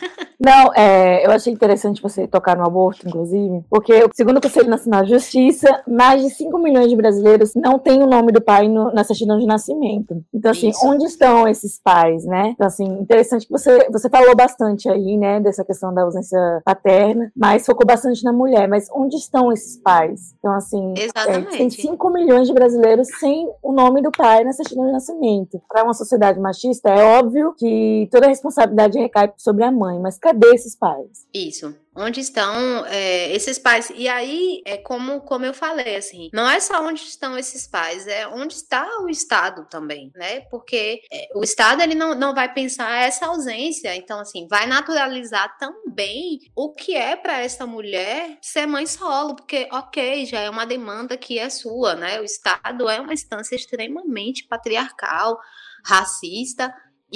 Não, é, eu achei interessante você tocar no aborto, inclusive, porque, segundo o Conselho Nacional de Justiça, mais de cinco milhões de brasileiros não têm o nome do pai no, na certidão de nascimento. Então, assim, Isso. onde estão esses pais, né? Então, assim, interessante que você, você falou bastante aí, né, dessa questão da ausência paterna, mas focou bastante na mulher. Mas onde estão esses pais? Então, assim, é, tem cinco milhões de brasileiros sem o nome do pai na certidão de nascimento. Para uma sociedade machista, é óbvio que toda a responsabilidade recai sobre a mãe, mas cadê esses pais? Isso. Onde estão é, esses pais? E aí, é como, como eu falei, assim, não é só onde estão esses pais, é onde está o Estado também, né? Porque é, o Estado, ele não, não vai pensar essa ausência, então, assim, vai naturalizar também o que é para essa mulher ser mãe solo, porque, ok, já é uma demanda que é sua, né? O Estado é uma instância extremamente patriarcal, racista,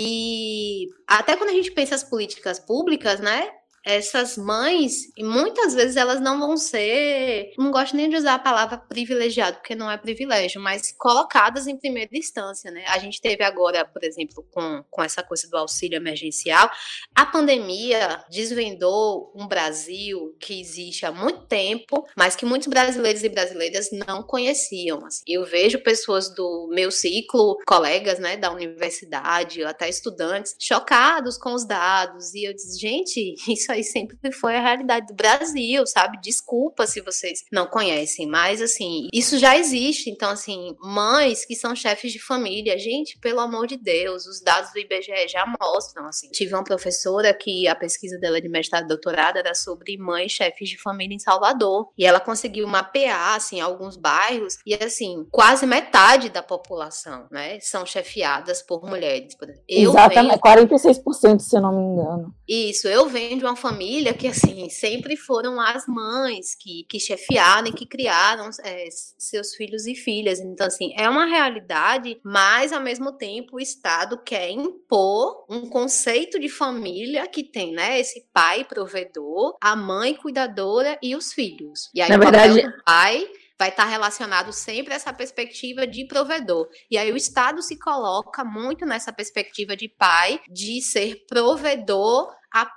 e até quando a gente pensa as políticas públicas, né? Essas mães, e muitas vezes elas não vão ser, não gosto nem de usar a palavra privilegiado, porque não é privilégio, mas colocadas em primeira instância, né? A gente teve agora, por exemplo, com, com essa coisa do auxílio emergencial, a pandemia desvendou um Brasil que existe há muito tempo, mas que muitos brasileiros e brasileiras não conheciam. Assim. Eu vejo pessoas do meu ciclo, colegas, né, da universidade, até estudantes, chocados com os dados, e eu disse, gente, isso aí sempre foi a realidade do Brasil, sabe? Desculpa se vocês não conhecem, mas, assim, isso já existe. Então, assim, mães que são chefes de família, gente, pelo amor de Deus, os dados do I B G E já mostram, assim. Tive uma professora que a pesquisa dela de mestrado e doutorado era sobre mães chefes de família em Salvador, e ela conseguiu mapear, assim, alguns bairros, e, assim, quase metade da população, né, são chefiadas por mulheres. Eu Exatamente, venho... quarenta e seis por cento, se eu não me engano. Isso, eu venho de uma família que, assim, sempre foram as mães que, que chefiaram e que criaram é, seus filhos e filhas. Então, assim, é uma realidade, mas, ao mesmo tempo, o Estado quer impor um conceito de família que tem, né, esse pai provedor, a mãe cuidadora e os filhos. E aí, Na o verdade... papel do pai vai estar relacionado sempre a essa perspectiva de provedor. E aí o Estado se coloca muito nessa perspectiva de pai, de ser provedor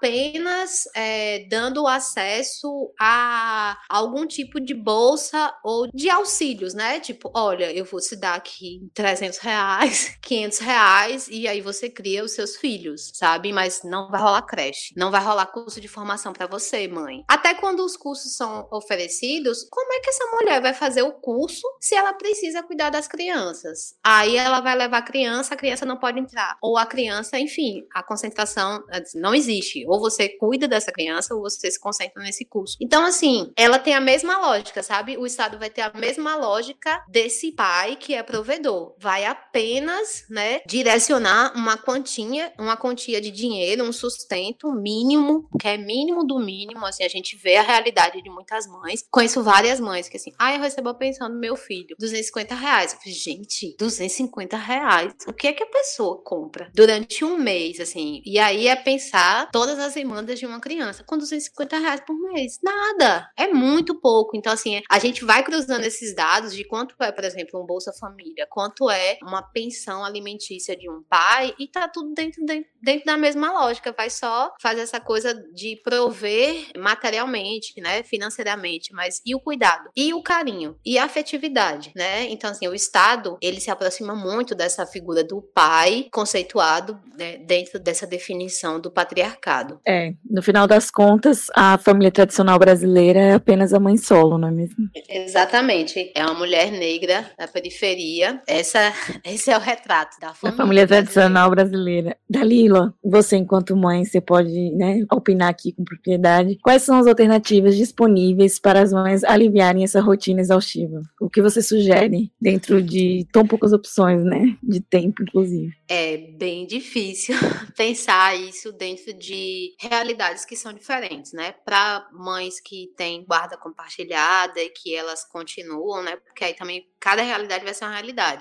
apenas é, dando acesso a algum tipo de bolsa ou de auxílios, né? Tipo, olha, eu vou te dar aqui trezentos reais, quinhentos reais, e aí você cria os seus filhos, sabe? Mas não vai rolar creche, não vai rolar curso de formação para você, mãe. Até quando os cursos são oferecidos, como é que essa mulher vai fazer o curso se ela precisa cuidar das crianças? Aí ela vai levar a criança, a criança não pode entrar. Ou a criança, enfim, a concentração não existe. existe. Ou você cuida dessa criança, ou você se concentra nesse curso. Então, assim, ela tem a mesma lógica, sabe? O Estado vai ter a mesma lógica desse pai que é provedor. Vai apenas, né, direcionar uma quantia, uma quantia de dinheiro, um sustento mínimo, que é mínimo do mínimo, assim, a gente vê a realidade de muitas mães. Conheço várias mães que, assim, ah, eu recebo a pensão do meu filho, duzentos e cinquenta reais. Eu falei, gente, duzentos e cinquenta reais? O que é que a pessoa compra durante um mês, assim? E aí é pensar todas as demandas de uma criança com duzentos e cinquenta reais por mês. Nada. É muito pouco. Então, assim, a gente vai cruzando esses dados de quanto é, por exemplo, um Bolsa Família, quanto é uma pensão alimentícia de um pai, e tá tudo dentro, dentro, dentro da mesma lógica. Vai só fazer essa coisa de prover materialmente, né, financeiramente, mas e o cuidado? E o carinho? E a afetividade, né? Então, assim, o Estado, ele se aproxima muito dessa figura do pai conceituado, né, dentro dessa definição do patriarcado. É, no final das contas, a família tradicional brasileira é apenas a mãe solo, não é mesmo? Exatamente. É uma mulher negra da periferia. Essa, esse é o retrato da família, a família tradicional brasileira. Dalila, você enquanto mãe, você pode, né, opinar aqui com propriedade. Quais são as alternativas disponíveis para as mães aliviarem essa rotina exaustiva? O que você sugere dentro de tão poucas opções, né, de tempo, inclusive? É bem difícil pensar isso dentro de realidades que são diferentes, né? Para mães que têm guarda compartilhada e que elas continuam, né? Porque aí também cada realidade vai ser uma realidade.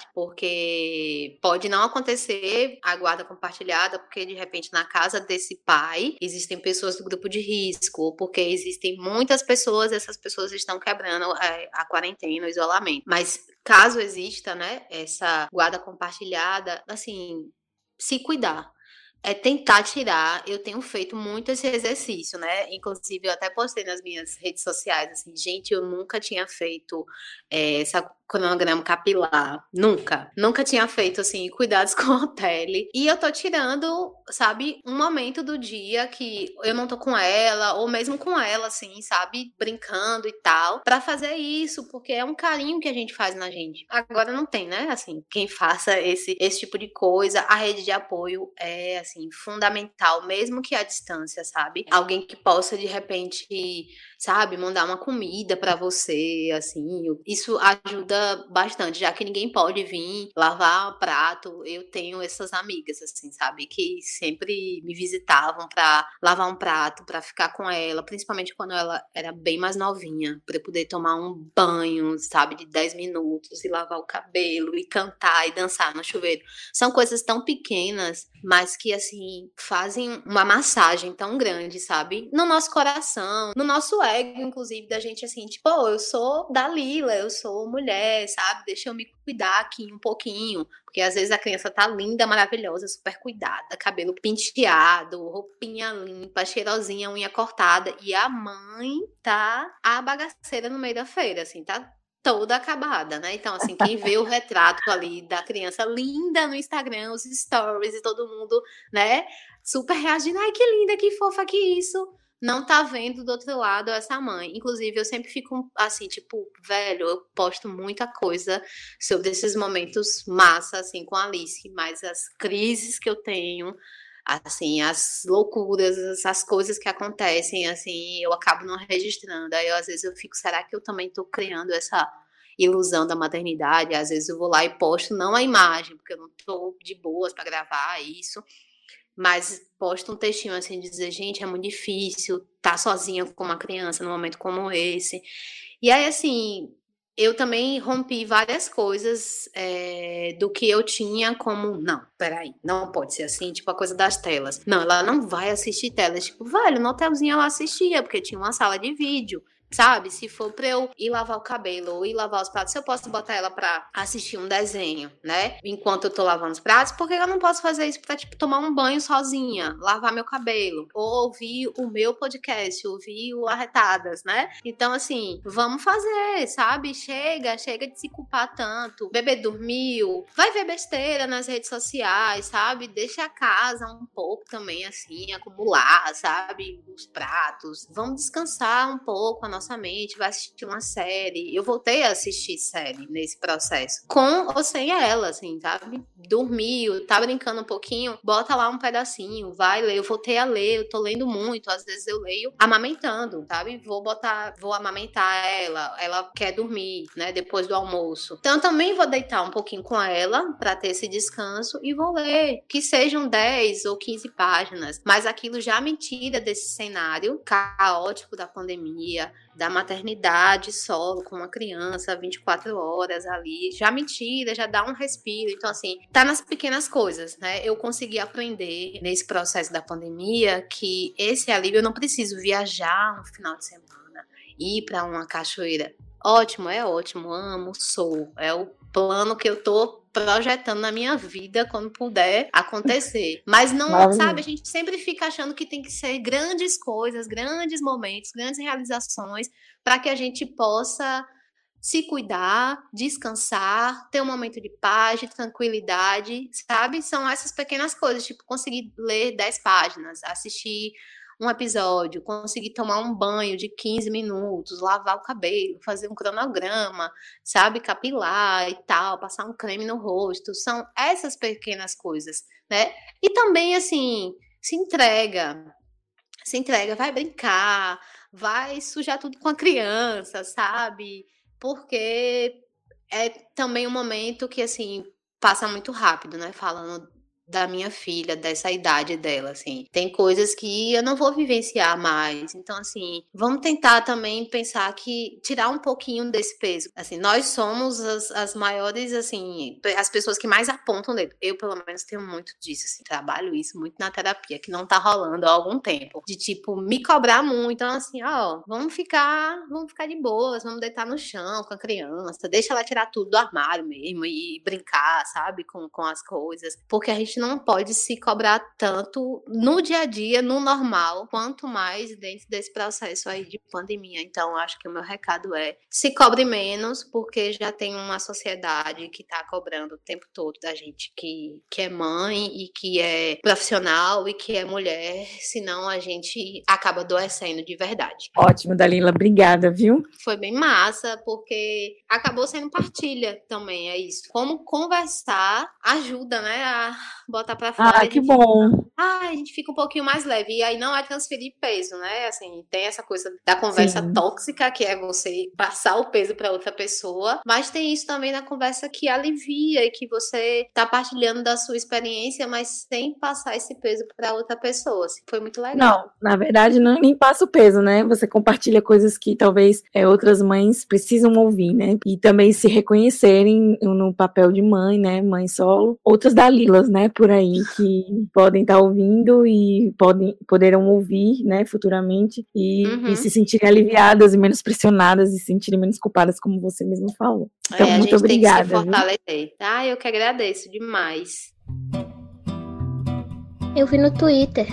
Porque pode não acontecer a guarda compartilhada, porque de repente na casa desse pai existem pessoas do grupo de risco, ou porque existem muitas pessoas, essas pessoas estão quebrando a, a quarentena, o isolamento. Mas caso exista, né, essa guarda compartilhada, assim, se cuidar. É tentar tirar, eu tenho feito muito esse exercício, né, inclusive eu até postei nas minhas redes sociais, assim, gente, eu nunca tinha feito é, essa cronograma capilar, nunca, nunca tinha feito, assim, cuidados com a pele, e eu tô tirando, sabe, um momento do dia que eu não tô com ela, ou mesmo com ela, assim, sabe, brincando e tal, pra fazer isso, porque é um carinho que a gente faz na gente. Agora não tem, né, assim, quem faça esse, esse tipo de coisa, a rede de apoio é, assim, fundamental, mesmo que à distância, sabe, alguém que possa, de repente, sabe, mandar uma comida pra você, assim, isso ajuda bastante, já que ninguém pode vir lavar um prato. Eu tenho essas amigas, assim, sabe, que sempre me visitavam pra lavar um prato, pra ficar com ela, principalmente quando ela era bem mais novinha, pra eu poder tomar um banho, sabe, de dez minutos e lavar o cabelo e cantar e dançar no chuveiro. São coisas tão pequenas, mas que, assim, fazem uma massagem tão grande, sabe, no nosso coração, no nosso ego, inclusive, da gente, assim, tipo, oh, eu sou Dalila, eu sou mulher, sabe, deixa eu me cuidar aqui um pouquinho, porque às vezes a criança tá linda, maravilhosa, super cuidada, cabelo penteado, roupinha limpa, cheirosinha, unha cortada, e a mãe tá a bagaceira no meio da feira, assim, tá toda acabada, né? Então, assim, quem vê o retrato ali da criança linda no Instagram, os stories e todo mundo, né, super reagindo, ai, que linda, que fofa, que isso, não tá vendo do outro lado essa mãe. Inclusive, eu sempre fico assim, tipo, velho, eu posto muita coisa sobre esses momentos massa, assim, com a Alice, mas as crises que eu tenho, assim, as loucuras, as coisas que acontecem, assim, eu acabo não registrando. Aí, eu, às vezes, eu fico, será que eu também tô criando essa ilusão da maternidade? Às vezes eu vou lá e posto, não a imagem, porque eu não tô de boas pra gravar isso, mas posto um textinho assim, de dizer, gente, é muito difícil estar sozinha com uma criança num momento como esse. E aí, assim, eu também rompi várias coisas é, do que eu tinha como, não, peraí, não pode ser assim, tipo a coisa das telas. Não, ela não vai assistir telas. Tipo, velho, no hotelzinho ela assistia, porque tinha uma sala de vídeo. Sabe, se for pra eu ir lavar o cabelo ou ir lavar os pratos, se eu posso botar ela pra assistir um desenho, né, enquanto eu tô lavando os pratos, por que eu não posso fazer isso pra, tipo, tomar um banho sozinha, lavar meu cabelo, ou ouvir o meu podcast, ouvir o Arretadas, né? Então, assim, vamos fazer, sabe? Chega, chega de se culpar tanto. Bebê dormiu, vai ver besteira nas redes sociais, sabe? Deixa a casa um pouco também, assim, acumular, sabe? Os pratos. Vamos descansar um pouco a nossa mente, vai assistir uma série. Eu voltei a assistir série nesse processo, com ou sem ela, assim, sabe? Dormiu, tá brincando um pouquinho, bota lá um pedacinho, vai ler. Eu voltei a ler, eu tô lendo muito, às vezes eu leio amamentando, sabe? Vou botar, vou amamentar ela, ela quer dormir, né, depois do almoço. Então eu também vou deitar um pouquinho com ela pra ter esse descanso e vou ler, que sejam dez ou quinze páginas, mas aquilo já me tira desse cenário caótico da pandemia, da maternidade solo com uma criança vinte e quatro horas ali, já me tira, já dá um respiro. Então assim, tá nas pequenas coisas, né? Eu consegui aprender nesse processo da pandemia que esse alívio, eu não preciso viajar no final de semana, ir pra uma cachoeira. Ótimo, é ótimo, amo, sou, é o plano que eu tô projetando na minha vida quando puder acontecer. Mas não, Maravilha. Sabe, a gente sempre fica achando que tem que ser grandes coisas, grandes momentos, grandes realizações para que a gente possa se cuidar, descansar, ter um momento de paz, de tranquilidade, sabe? São essas pequenas coisas, tipo conseguir ler dez páginas, assistir um episódio, conseguir tomar um banho de quinze minutos, lavar o cabelo, fazer um cronograma, sabe, capilar e tal, passar um creme no rosto, são essas pequenas coisas, né? E também, assim, se entrega, se entrega, vai brincar, vai sujar tudo com a criança, sabe? Porque é também um momento que, assim, passa muito rápido, né? Falando da minha filha, dessa idade dela, assim. Tem coisas que eu não vou vivenciar mais. Então, assim, vamos tentar também pensar que tirar um pouquinho desse peso. Assim, nós somos as, as maiores, assim, as pessoas que mais apontam o dedo. Eu, pelo menos, tenho muito disso, assim, trabalho isso muito na terapia, que não tá rolando há algum tempo. De, tipo, me cobrar muito. Então, assim, ó, vamos ficar, vamos ficar de boas, vamos deitar no chão com a criança, deixa ela tirar tudo do armário mesmo e brincar, sabe, com, com as coisas. Porque a gente não pode se cobrar tanto no dia a dia, no normal, quanto mais dentro desse processo aí de pandemia. Então, acho que o meu recado é se cobre menos, porque já tem uma sociedade que tá cobrando o tempo todo da gente que, que é mãe e que é profissional e que é mulher, senão a gente acaba adoecendo de verdade. Ótimo, Dalila, obrigada, viu? Foi bem massa, porque acabou sendo partilha também, é isso. Como conversar ajuda, né, a botar pra fora. Ah, que bom. Fica, ah, a gente fica um pouquinho mais leve. E aí não é transferir peso, né? Assim, tem essa coisa da conversa Sim. tóxica, que é você passar o peso pra outra pessoa. Mas tem isso também na conversa que alivia e que você tá partilhando da sua experiência, mas sem passar esse peso pra outra pessoa. Assim, foi muito legal. Não, na verdade, não, nem passa o peso, né? Você compartilha coisas que talvez é, outras mães precisam ouvir, né? E também se reconhecerem no papel de mãe, né? Mãe solo. Outras Dalilas, né? Por aí que podem estar ouvindo e podem, poderão ouvir, né, futuramente e, uhum. e se sentirem aliviadas e menos pressionadas e se sentirem menos culpadas, como você mesmo falou. Então, é, muito a gente obrigada. Tem que se fortalecer. Ah, eu que agradeço demais. Eu vi no Twitter.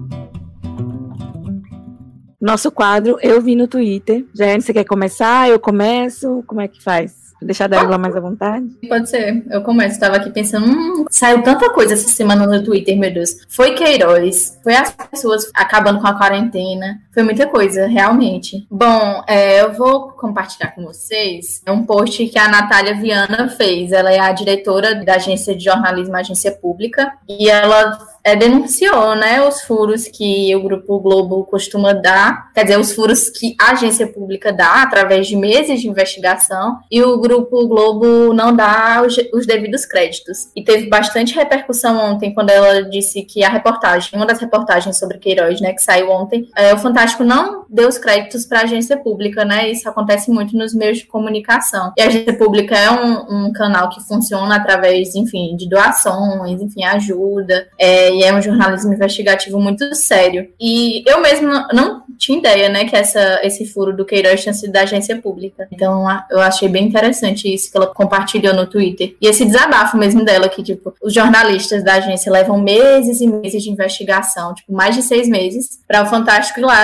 Nosso quadro, eu vi no Twitter. Jaiane, você quer começar? Eu começo? Como é que faz? Deixar a Dalila mais à vontade? Pode ser, eu começo. Estava aqui pensando, hum, saiu tanta coisa essa semana no Twitter, meu Deus. Foi Queiroz, foi as pessoas acabando com a quarentena, foi muita coisa, realmente. Bom, é, eu vou compartilhar com vocês um post que a Natália Viana fez. Ela é a diretora da agência de jornalismo, Agência Pública, e ela é, denunciou, né, os furos que o Grupo Globo costuma dar, quer dizer, os furos que a agência pública dá através de meses de investigação, e o Grupo Globo não dá os, os devidos créditos. E teve bastante repercussão ontem, quando ela disse que a reportagem, uma das reportagens sobre Queiroz, né, que saiu ontem, é, o Fantástico não deu os créditos para a agência pública, né, isso acontece muito nos meios de comunicação. E a agência pública é um, um canal que funciona através, enfim, de doações, enfim, ajuda, é, e é um jornalismo investigativo muito sério. E eu mesma não tinha ideia, né, que essa, esse furo do Queiroz tinha sido da agência pública. Então, eu achei bem interessante isso que ela compartilhou no Twitter. E esse desabafo mesmo dela, que, tipo, os jornalistas da agência levam meses e meses de investigação, tipo, mais de seis meses, para o Fantástico ir lá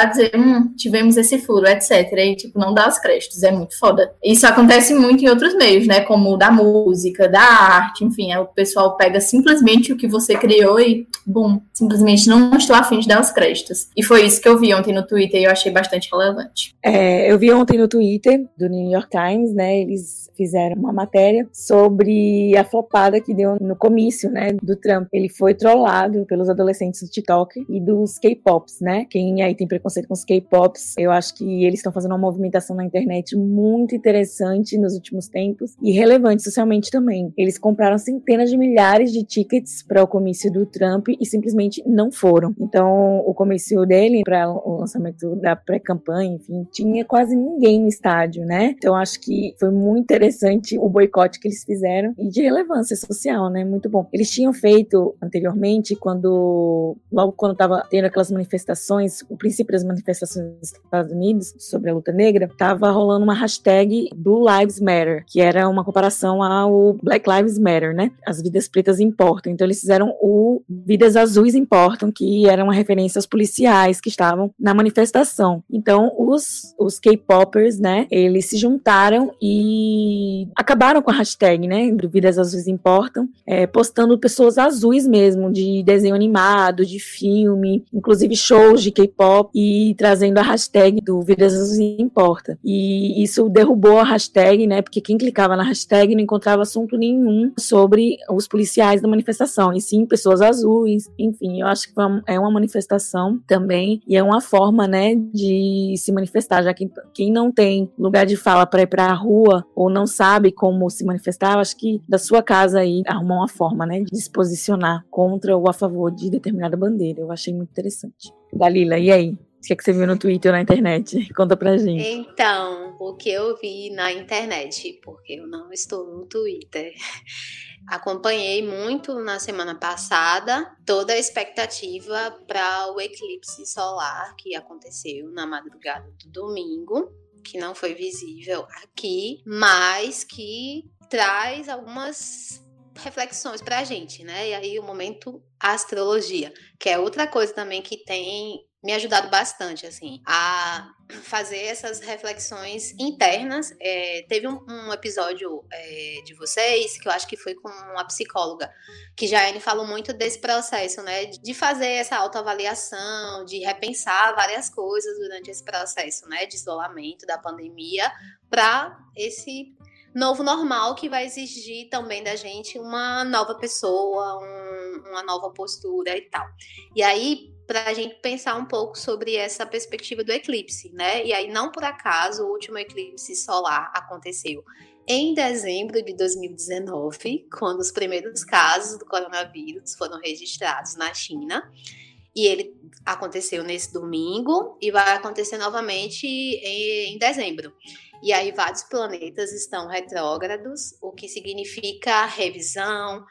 dizer, hum, tivemos esse furo, etcétera. E, tipo, não dá os créditos, é muito foda. Isso acontece muito em outros meios, né? Como da música, da arte, enfim. O pessoal pega simplesmente o que você criou e, bum, simplesmente não estou afim de dar os créditos. E foi isso que eu vi ontem no Twitter e eu achei bastante relevante. É, eu vi ontem no Twitter do New York Times, né? Eles fizeram uma matéria sobre a flopada que deu no comício, né, do Trump. Ele foi trollado pelos adolescentes do TikTok e dos K-Pops, né? Quem aí tem preconceito com os K-Pops, eu acho que eles estão fazendo uma movimentação na internet muito interessante nos últimos tempos e relevante socialmente também. Eles compraram centenas de milhares de tickets para o comício do Trump e simplesmente não foram. Então, o comício dele, para o lançamento da pré-campanha, enfim, tinha quase ninguém no estádio, né? Então, acho que foi muito interessante o boicote que eles fizeram e de relevância social, né? Muito bom. Eles tinham feito anteriormente, quando logo quando estava tendo aquelas manifestações, o princípio das manifestações nos Estados Unidos sobre a luta negra, estava rolando uma hashtag Blue Lives Matter, que era uma comparação ao Black Lives Matter, né? As vidas pretas importam. Então eles fizeram o Vidas Azuis Importam, que era uma referência aos policiais que estavam na manifestação. Então os, os K-Popers, né? Eles se juntaram e acabaram com a hashtag, né, do Vidas Azuis Importam, é, postando pessoas azuis mesmo, de desenho animado, de filme, inclusive shows de K-pop, e trazendo a hashtag do Vidas Azuis Importa. E isso derrubou a hashtag, né, porque quem clicava na hashtag não encontrava assunto nenhum sobre os policiais da manifestação, e sim pessoas azuis, enfim, eu acho que é uma manifestação também, e é uma forma, né, de se manifestar, já que quem não tem lugar de fala para ir para a rua, ou não sabe como se manifestar, eu acho que da sua casa aí arrumar uma forma, né, de se posicionar contra ou a favor de determinada bandeira. Eu achei muito interessante. Dalila, e aí? O que é que você viu no Twitter ou na internet? Conta pra gente. Então, o que eu vi na internet, porque eu não estou no Twitter, acompanhei muito na semana passada toda a expectativa para o eclipse solar que aconteceu na madrugada do domingo, que não foi visível aqui, mas que traz algumas reflexões pra gente, né? E aí o momento astrologia, que é outra coisa também que tem me ajudado bastante, assim, a fazer essas reflexões internas. É, teve um, um episódio é, de vocês, que eu acho que foi com uma psicóloga, que Jaiane falou muito desse processo, né, de fazer essa autoavaliação, de repensar várias coisas durante esse processo, né, de isolamento da pandemia, para esse novo normal que vai exigir também da gente uma nova pessoa, um, uma nova postura e tal. E aí, para a gente pensar um pouco sobre essa perspectiva do eclipse, né? E aí, não por acaso, o último eclipse solar aconteceu em dezembro de dois mil e dezenove, quando os primeiros casos do coronavírus foram registrados na China. E ele aconteceu nesse domingo e vai acontecer novamente em dezembro. E aí vários planetas estão retrógrados, o que significa revisão,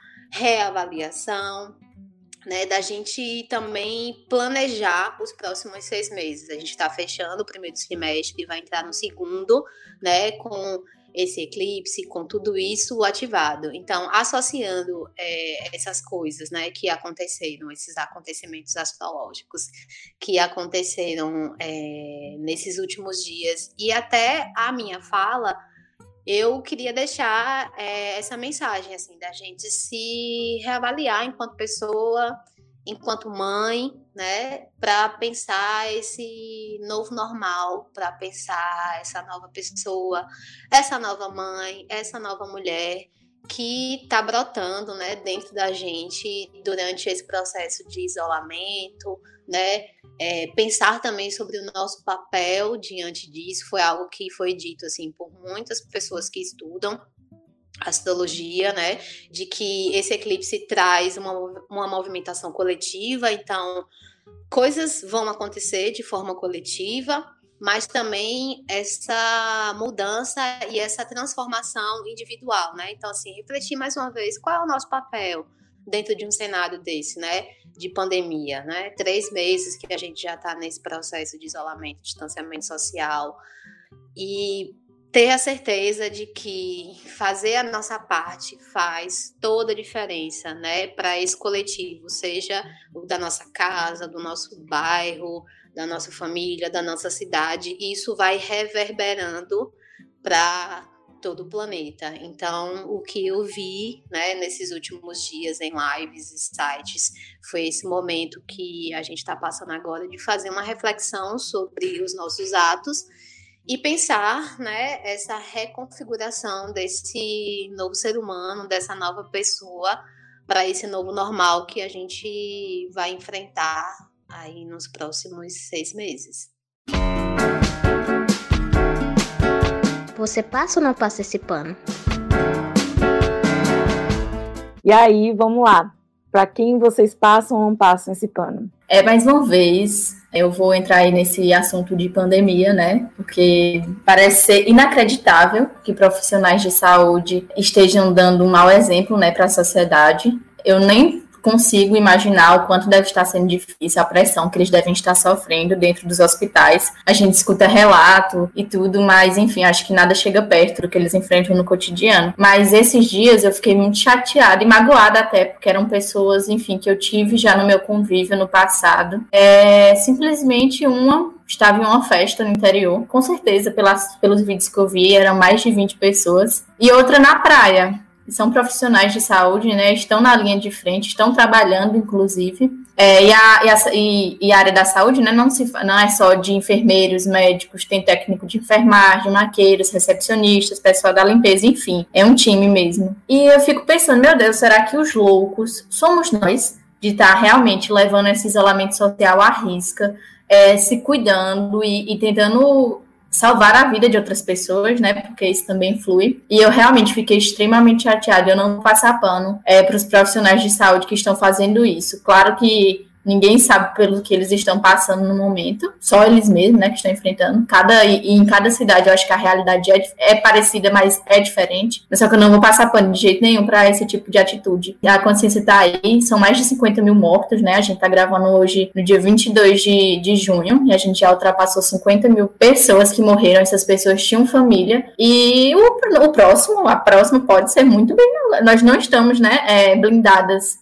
reavaliação, né, da gente também planejar os próximos seis meses. A gente está fechando o primeiro semestre e vai entrar no segundo, né, com esse eclipse, com tudo isso ativado. Então, associando é, essas coisas, né, que aconteceram, esses acontecimentos astrológicos que aconteceram é, nesses últimos dias, e até a minha fala, eu queria deixar é, essa mensagem, assim, da gente se reavaliar enquanto pessoa, enquanto mãe, né, para pensar esse novo normal, para pensar essa nova pessoa, essa nova mãe, essa nova mulher que está brotando, né, dentro da gente durante esse processo de isolamento, né, é, pensar também sobre o nosso papel diante disso. Foi algo que foi dito, assim, por muitas pessoas que estudam astrologia, né, de que esse eclipse traz uma, uma movimentação coletiva, então coisas vão acontecer de forma coletiva, mas também essa mudança e essa transformação individual, né, então assim, refletir mais uma vez qual é o nosso papel dentro de um cenário desse, né, de pandemia, né, três meses que a gente já está nesse processo de isolamento, distanciamento social, e ter a certeza de que fazer a nossa parte faz toda a diferença, né, para esse coletivo, seja o da nossa casa, do nosso bairro, da nossa família, da nossa cidade, e isso vai reverberando para todo o planeta. Então, o que eu vi, né, nesses últimos dias em lives e sites foi esse momento que a gente está passando agora de fazer uma reflexão sobre os nossos atos e pensar, né, essa reconfiguração desse novo ser humano, dessa nova pessoa, para esse novo normal que a gente vai enfrentar aí nos próximos seis meses. Você passa ou não passa esse pano? E aí, vamos lá. Para quem vocês passam ou não passam esse pano? É, mais uma vez, eu vou entrar aí nesse assunto de pandemia, né? Porque parece ser inacreditável que profissionais de saúde estejam dando um mau exemplo, né, para a sociedade. Eu nem consigo imaginar o quanto deve estar sendo difícil a pressão que eles devem estar sofrendo dentro dos hospitais. A gente escuta relato e tudo, mas enfim, acho que nada chega perto do que eles enfrentam no cotidiano. Mas esses dias eu fiquei muito chateada e magoada até, porque eram pessoas, enfim, que eu tive já no meu convívio no passado. É simplesmente uma estava em uma festa no interior, com certeza, pelas, pelos vídeos que eu vi, eram mais de vinte pessoas, e outra na praia. São profissionais de saúde, né? Estão na linha de frente, estão trabalhando, inclusive. É, e, a, e, a, e, e a área da saúde, né, não, se, não é só de enfermeiros, médicos, tem técnico de enfermagem, maqueiros, recepcionistas, pessoal da limpeza, enfim, é um time mesmo. E eu fico pensando, meu Deus, será que os loucos somos nós de estar realmente levando esse isolamento social à risca, é, se cuidando e, e tentando salvar a vida de outras pessoas, né, porque isso também flui, e eu realmente fiquei extremamente chateada, eu não vou passar pano é, para os profissionais de saúde que estão fazendo isso. Claro que ninguém sabe pelo que eles estão passando no momento, só eles mesmos, né, que estão enfrentando. Cada, e, e em cada cidade eu acho que a realidade é, é parecida, mas é diferente. Mas só que eu não vou passar pano de jeito nenhum para esse tipo de atitude. A consciência está aí, são mais de cinquenta mil mortos, né? A gente está gravando hoje no dia vinte e dois de, de junho, e a gente já ultrapassou cinquenta mil pessoas que morreram. Essas pessoas tinham família. E o, o próximo, a próxima pode ser muito bem. Nós não estamos, né, é, blindadas.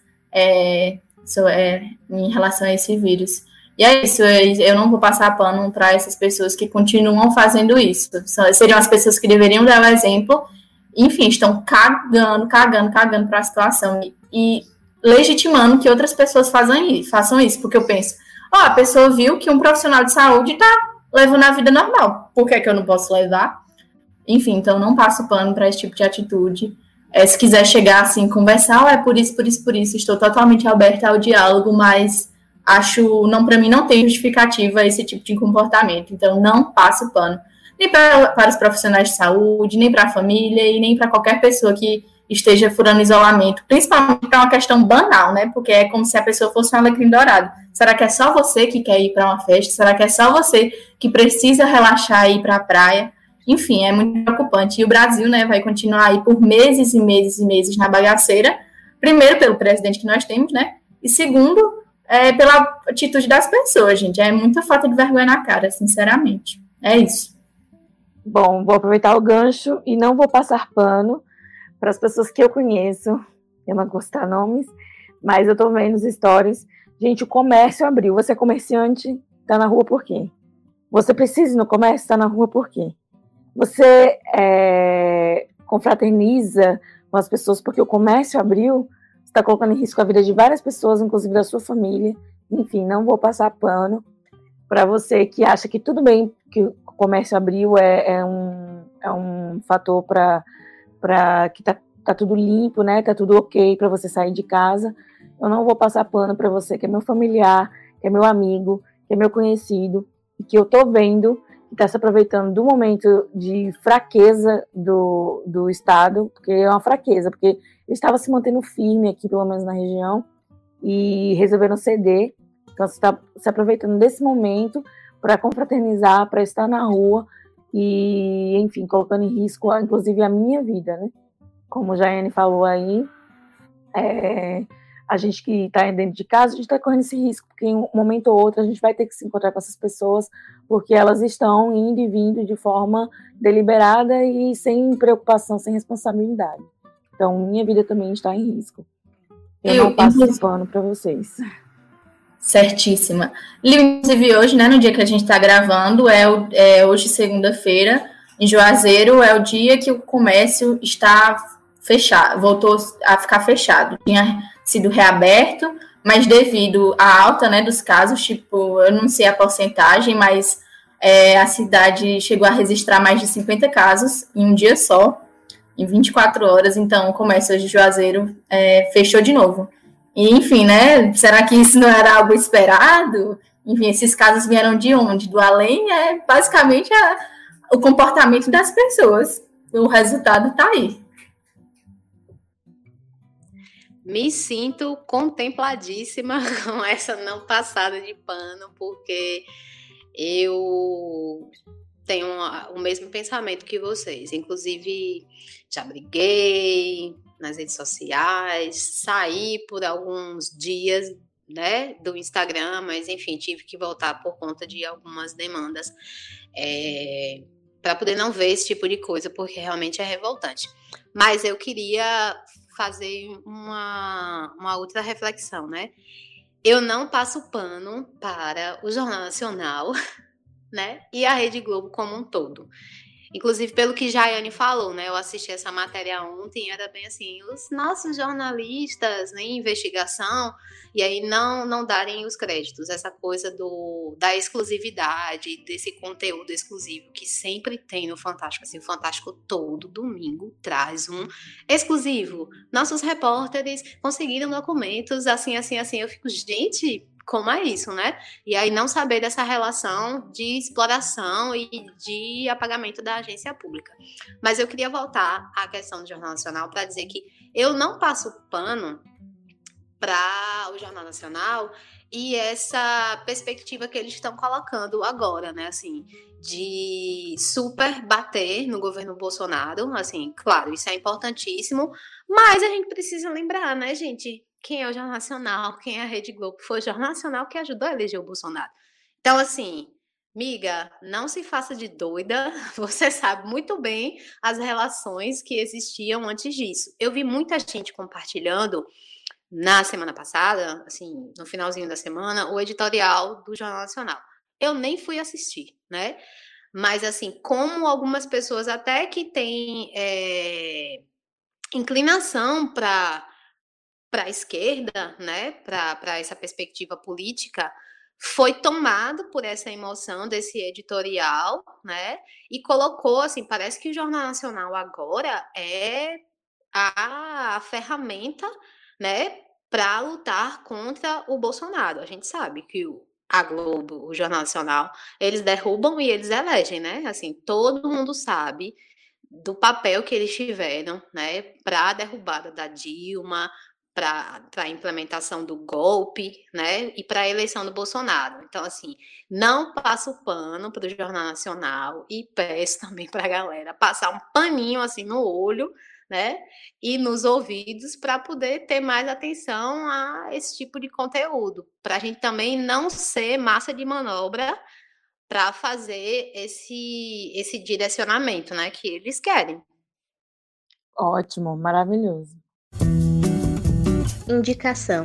É, É, em relação a esse vírus. E é isso, eu não vou passar pano para essas pessoas que continuam fazendo isso. Seriam as pessoas que deveriam dar o exemplo, enfim, estão cagando, cagando, cagando para a situação e, e legitimando que outras pessoas façam isso, façam isso, porque eu penso, ó, oh, a pessoa viu que um profissional de saúde está levando a vida normal, por que é que eu não posso levar? Enfim, então não passo pano para esse tipo de atitude. É, se quiser chegar assim, conversar, oh, é por isso, por isso, por isso, estou totalmente aberta ao diálogo, mas acho, não, para mim não tem justificativa esse tipo de comportamento, então não passo pano, nem pra, para os profissionais de saúde, nem para a família e nem para qualquer pessoa que esteja furando isolamento, principalmente para uma questão banal, né, porque é como se a pessoa fosse um alecrim dourado. Será que é só você que quer ir para uma festa? Será que é só você que precisa relaxar e ir para a praia? Enfim, é muito preocupante. E o Brasil, né, vai continuar aí por meses e meses e meses na bagaceira. Primeiro, pelo presidente que nós temos, né? E segundo, é, pela atitude das pessoas, gente. É muita falta de vergonha na cara, sinceramente. É isso. Bom, vou aproveitar o gancho e não vou passar pano para as pessoas que eu conheço. Eu não vou citar nomes, mas eu tô vendo os stories. Gente, o comércio abriu. Você é comerciante, tá na rua por quê? Você precisa ir no comércio, tá na rua por quê? Você é, confraterniza com as pessoas porque o comércio abriu, você está colocando em risco a vida de várias pessoas, inclusive da sua família. Enfim, não vou passar pano para você que acha que tudo bem que o comércio abriu, é, é, um, é um fator para que tá, tá tudo limpo, né? Tá tudo ok para você sair de casa. Eu não vou passar pano para você que é meu familiar, que é meu amigo, que é meu conhecido, e que eu tô vendo que está se aproveitando do momento de fraqueza do, do Estado, porque é uma fraqueza, porque ele estava se mantendo firme aqui, pelo menos na região, e resolveram ceder. Então, você está se aproveitando desse momento para confraternizar, para estar na rua e, enfim, colocando em risco, inclusive, a minha vida, né? Como a Jaiane falou aí, é, a gente que está dentro de casa, a gente está correndo esse risco, porque em um momento ou outro a gente vai ter que se encontrar com essas pessoas, porque elas estão indo e vindo de forma deliberada e sem preocupação, sem responsabilidade. Então, minha vida também está em risco. Eu, eu não passo esse pano para vocês. Certíssima. Inclusive hoje, né, no dia que a gente está gravando, é, o, é hoje segunda-feira, em Juazeiro, é o dia que o comércio está fechado, voltou a ficar fechado. Tinha sido reaberto, mas devido à alta, né, dos casos, tipo, eu não sei a porcentagem, mas é, a cidade chegou a registrar mais de cinquenta casos em um dia só, em vinte e quatro horas, então o comércio de Juazeiro é, fechou de novo. E, enfim, né, será que isso não era algo esperado? Enfim, esses casos vieram de onde? Do além, é basicamente a, o comportamento das pessoas. O resultado está aí. Me sinto contempladíssima com essa não passada de pano, porque eu tenho o mesmo pensamento que vocês. Inclusive, já briguei nas redes sociais, saí por alguns dias, né, do Instagram, mas enfim, tive que voltar por conta de algumas demandas é, para poder não ver esse tipo de coisa, porque realmente é revoltante. Mas eu queria fazer uma, uma outra reflexão, né? Eu não passo pano para o Jornal Nacional, né, e a Rede Globo como um todo. Inclusive, pelo que Jaiane falou, né? Eu assisti essa matéria ontem e era bem assim, os nossos jornalistas, né, em investigação, e aí não, não darem os créditos, essa coisa do, da exclusividade, desse conteúdo exclusivo que sempre tem no Fantástico. Assim, o Fantástico todo domingo traz um exclusivo. Nossos repórteres conseguiram documentos assim, assim, assim. Eu fico, gente, como é isso, né? E aí não saber dessa relação de exploração e de apagamento da agência pública. Mas eu queria voltar à questão do Jornal Nacional para dizer que eu não passo pano para o Jornal Nacional e essa perspectiva que eles estão colocando agora, né? Assim, de super bater no governo Bolsonaro, assim, claro, isso é importantíssimo, mas a gente precisa lembrar, né, gente? Quem é o Jornal Nacional, quem é a Rede Globo? Foi o Jornal Nacional que ajudou a eleger o Bolsonaro. Então, assim, miga, não se faça de doida, você sabe muito bem as relações que existiam antes disso. Eu vi muita gente compartilhando na semana passada, assim, no finalzinho da semana, o editorial do Jornal Nacional. Eu nem fui assistir, né? Mas, assim, como algumas pessoas até que têm é, inclinação para para a esquerda, né, para essa perspectiva política, foi tomado por essa emoção desse editorial, né, e colocou, assim, parece que o Jornal Nacional agora é a ferramenta, né, para lutar contra o Bolsonaro. A gente sabe que o, a Globo, o Jornal Nacional, eles derrubam e eles elegem, né, assim, todo mundo sabe do papel que eles tiveram, né, para a derrubada da Dilma, para a implementação do golpe, né, e para a eleição do Bolsonaro. Então, assim, não passo pano para o Jornal Nacional e peço também para a galera passar um paninho, assim, no olho, né, e nos ouvidos para poder ter mais atenção a esse tipo de conteúdo, para a gente também não ser massa de manobra para fazer esse, esse direcionamento, né, que eles querem. Ótimo, maravilhoso. Indicação.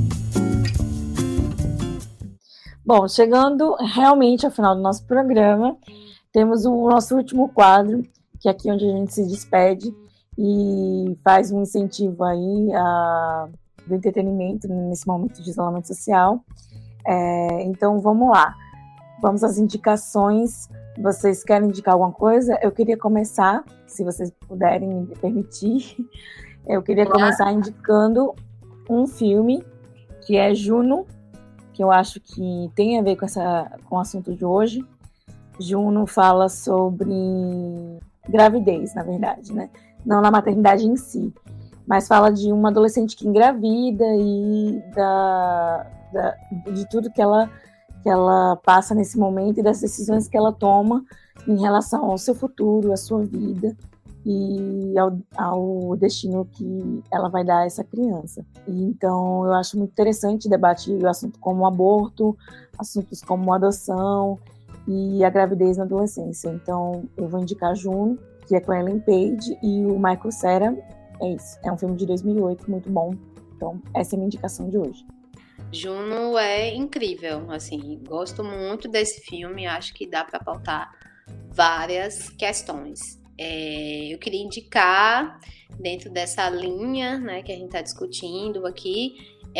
Bom, chegando realmente ao final do nosso programa, temos o nosso último quadro, que é aqui onde a gente se despede e faz um incentivo aí a, do entretenimento nesse momento de isolamento social. É, então, vamos lá. Vamos às indicações. Vocês querem indicar alguma coisa? Eu queria começar, se vocês puderem me permitir, eu queria começar indicando um filme que é Juno, que eu acho que tem a ver com, essa, com o assunto de hoje. Juno fala sobre gravidez, na verdade, né? Não na maternidade em si, mas fala de uma adolescente que engravida e da, da, de tudo que ela, que ela passa nesse momento e das decisões que ela toma em relação ao seu futuro, à sua vida. e ao, ao destino que ela vai dar a essa criança. E, então, eu acho muito interessante debater o assunto como o aborto, assuntos como a adoção e a gravidez na adolescência. Então, eu vou indicar Juno, que é com a Ellen Page, e o Michael Cera. É isso. É um filme de dois mil e oito, muito bom. Então, essa é a minha indicação de hoje. Juno é incrível, assim, gosto muito desse filme, acho que dá para pautar várias questões. É, eu queria indicar, dentro dessa linha, né, que a gente está discutindo aqui,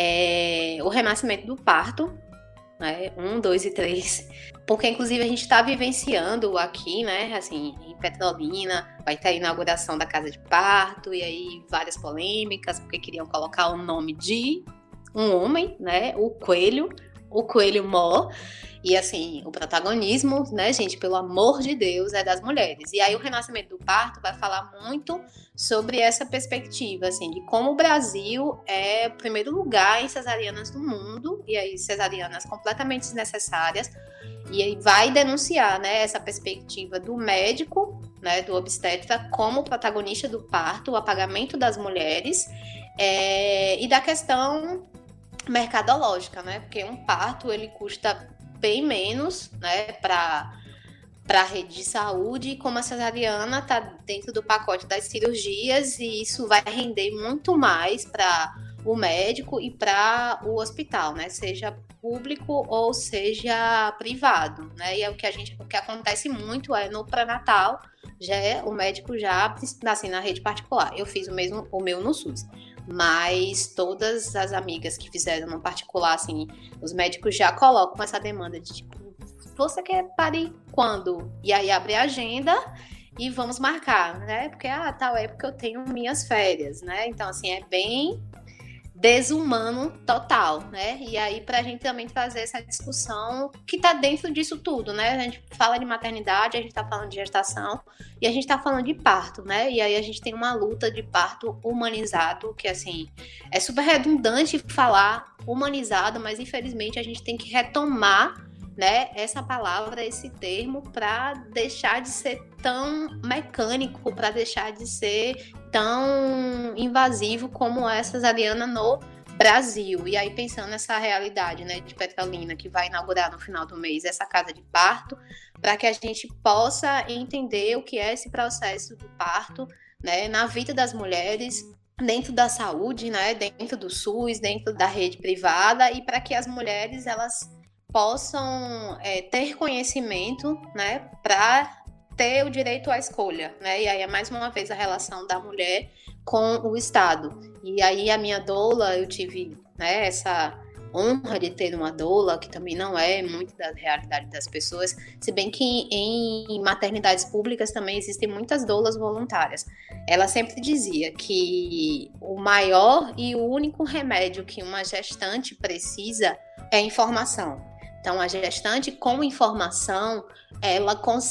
é, o Renascimento do Parto, né, um, dois e três, porque inclusive a gente está vivenciando aqui, né, assim, em Petrolina, vai ter a inauguração da casa de parto, e aí várias polêmicas, porque queriam colocar o nome de um homem, né, o Coelho, o Coelho Mó, e assim, o protagonismo, né, gente, pelo amor de Deus, é das mulheres. E aí o Renascimento do Parto vai falar muito sobre essa perspectiva, assim, de como o Brasil é o primeiro lugar em cesarianas do mundo, e aí cesarianas completamente desnecessárias, e aí vai denunciar, né, essa perspectiva do médico, né, do obstetra, como protagonista do parto, o apagamento das mulheres, é, e da questão mercadológica, né, porque um parto, ele custa bem menos, né, para para a rede de saúde, e como a cesariana está dentro do pacote das cirurgias, e isso vai render muito mais para o médico e para o hospital, né, seja público ou seja privado, né, e é o que a gente, o que acontece muito é no pré-natal, já é, o médico já, assim, na rede particular, eu fiz o mesmo, o meu no SUS, mas todas as amigas que fizeram no particular, assim, os médicos já colocam essa demanda de tipo, você quer parir quando? E aí abre a agenda e vamos marcar, né? Porque, ah, tal época eu tenho minhas férias, né? Então, assim, é bem desumano total, né? E aí, pra gente também trazer essa discussão que tá dentro disso tudo, né? A gente fala de maternidade, a gente tá falando de gestação e a gente tá falando de parto, né? E aí a gente tem uma luta de parto humanizado, que, assim, é super redundante falar humanizado, mas infelizmente a gente tem que retomar, né, essa palavra, esse termo, para deixar de ser tão mecânico, para deixar de ser tão invasivo como essa cesariana no Brasil. E aí, pensando nessa realidade, né, de Petrolina, que vai inaugurar no final do mês essa casa de parto, para que a gente possa entender o que é esse processo do parto, né, na vida das mulheres, dentro da saúde, né, dentro do SUS, dentro da rede privada, e para que as mulheres, elas possam é, ter conhecimento, né, para ter o direito à escolha, né, e aí é mais uma vez a relação da mulher com o Estado. E aí a minha doula, eu tive, né, essa honra de ter uma doula, que também não é muito da realidade das pessoas, se bem que em maternidades públicas também existem muitas doulas voluntárias. Ela sempre dizia que o maior e o único remédio que uma gestante precisa é informação. Então, a gestante, com informação, ela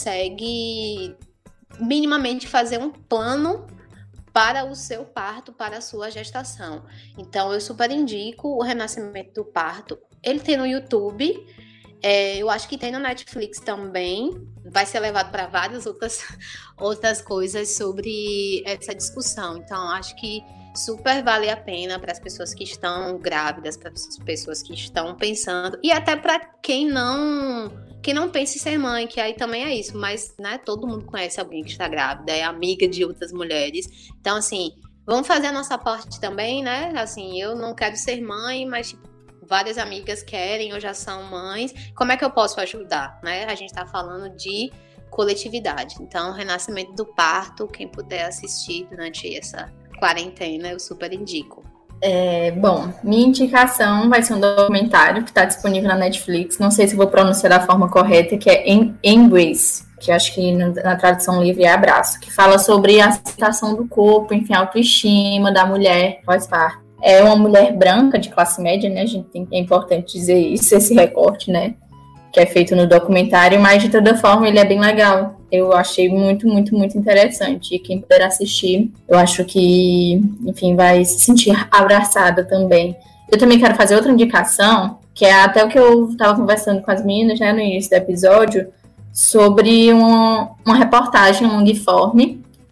consegue minimamente fazer um plano para o seu parto, para a sua gestação. Então, eu super indico o Renascimento do Parto. Ele tem no YouTube, é, eu acho que tem no Netflix também. Vai ser levado para várias outras, outras coisas sobre essa discussão. Então, acho que super vale a pena para as pessoas que estão grávidas, para as pessoas que estão pensando, e até para quem não, quem não pensa em ser mãe, que aí também é isso, mas, né, todo mundo conhece alguém que está grávida, é amiga de outras mulheres, então, assim, vamos fazer a nossa parte também, né, assim, eu não quero ser mãe, mas, tipo, várias amigas querem ou já são mães, como é que eu posso ajudar, né, a gente está falando de coletividade, então, Renascimento do Parto, quem puder assistir durante essa quarentena, eu super indico. É, bom, minha indicação vai ser um documentário que está disponível na Netflix, não sei se vou pronunciar da forma correta, que é Embrace, que acho que na tradução livre é abraço, que fala sobre a aceitação do corpo, enfim, a autoestima da mulher pós-parto. É uma mulher branca de classe média, né, a gente tem, é importante dizer isso, esse recorte, né, que é feito no documentário, mas de toda forma ele é bem legal. Eu achei muito, muito, muito interessante. E quem puder assistir, eu acho que, enfim, vai se sentir abraçada também. Eu também quero fazer outra indicação, que é até o que eu estava conversando com as meninas, né, no início do episódio, sobre uma, uma reportagem, um uniforme,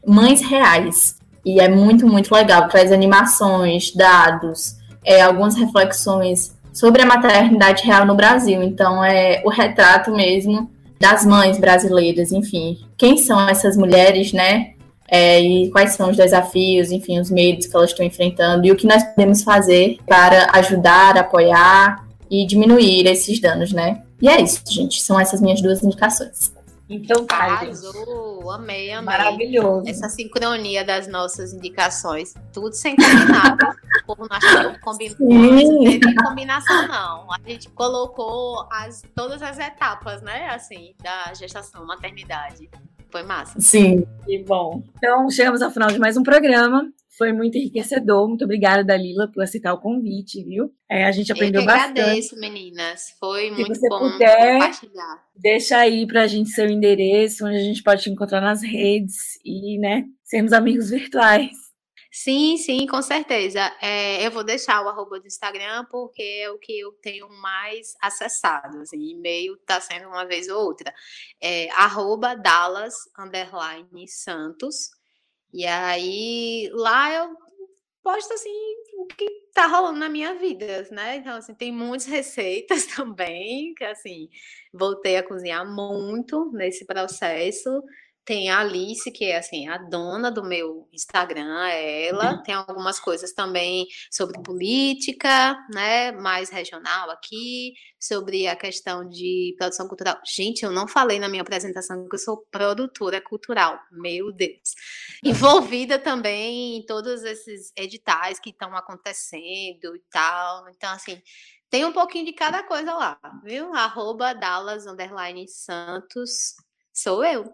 mães reais. E é muito, muito legal. Traz animações, dados, é, algumas reflexões sobre a maternidade real no Brasil. Então, é o retrato mesmo das mães brasileiras, enfim. Quem são essas mulheres, né? É, e quais são os desafios, enfim, os medos que elas estão enfrentando e o que nós podemos fazer para ajudar, apoiar e diminuir esses danos, né? E é isso, gente. São essas minhas duas indicações. Então tá, Arrasou, gente. amei, amei. Maravilhoso. Essa sincronia das nossas indicações, tudo sem combinar. O povo não achou que combinou. Não teve combinação, não. A gente colocou as, todas as etapas, né, assim, da gestação, maternidade. Foi massa. Sim. Que bom. Então, chegamos ao final de mais um programa. Foi muito enriquecedor. Muito obrigada, Dalila, por aceitar o convite, viu? É, a gente aprendeu Eu que bastante. agradeço, meninas. Foi Se muito você bom puder, compartilhar. Deixa aí pra gente seu endereço, onde a gente pode te encontrar nas redes e, né, sermos amigos virtuais. Sim, sim, com certeza. É, eu vou deixar o arroba do Instagram porque é o que eu tenho mais acessado. Assim, e-mail tá sendo uma vez ou outra. É arroba Dallas underline Santos. E aí lá eu posto assim o que tá rolando na minha vida, né? Então, assim, tem muitas receitas também, que assim, voltei a cozinhar muito nesse processo. Tem a Alice, que é assim, a dona do meu Instagram, é ela. Tem algumas coisas também sobre política, né, mais regional aqui, sobre a questão de produção cultural. Gente, eu não falei na minha apresentação que eu sou produtora cultural, meu Deus. Envolvida também em todos esses editais que estão acontecendo e tal. Então, assim, tem um pouquinho de cada coisa lá, viu? Arroba Dallas, underline Santos, sou eu.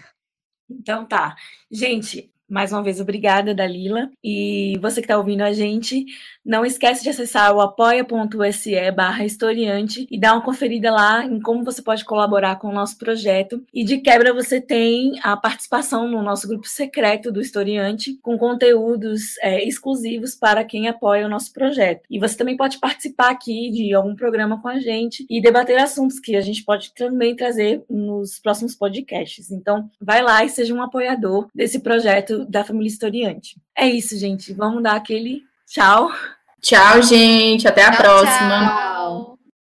Então tá. Gente, mais uma vez, obrigada, Dalila. E você que está ouvindo a gente, não esquece de acessar o apoia.se barra historiante e dar uma conferida lá em como você pode colaborar com o nosso projeto. E de quebra você tem a participação no nosso grupo secreto do Historiante, com conteúdos é, exclusivos para quem apoia o nosso projeto. E você também pode participar aqui de algum programa com a gente e debater assuntos que a gente pode também trazer nos próximos podcasts. Então, vai lá e seja um apoiador desse projeto da família Historiante. É isso, gente. Vamos dar aquele tchau. Tchau, gente. Até a Tchau, próxima. tchau.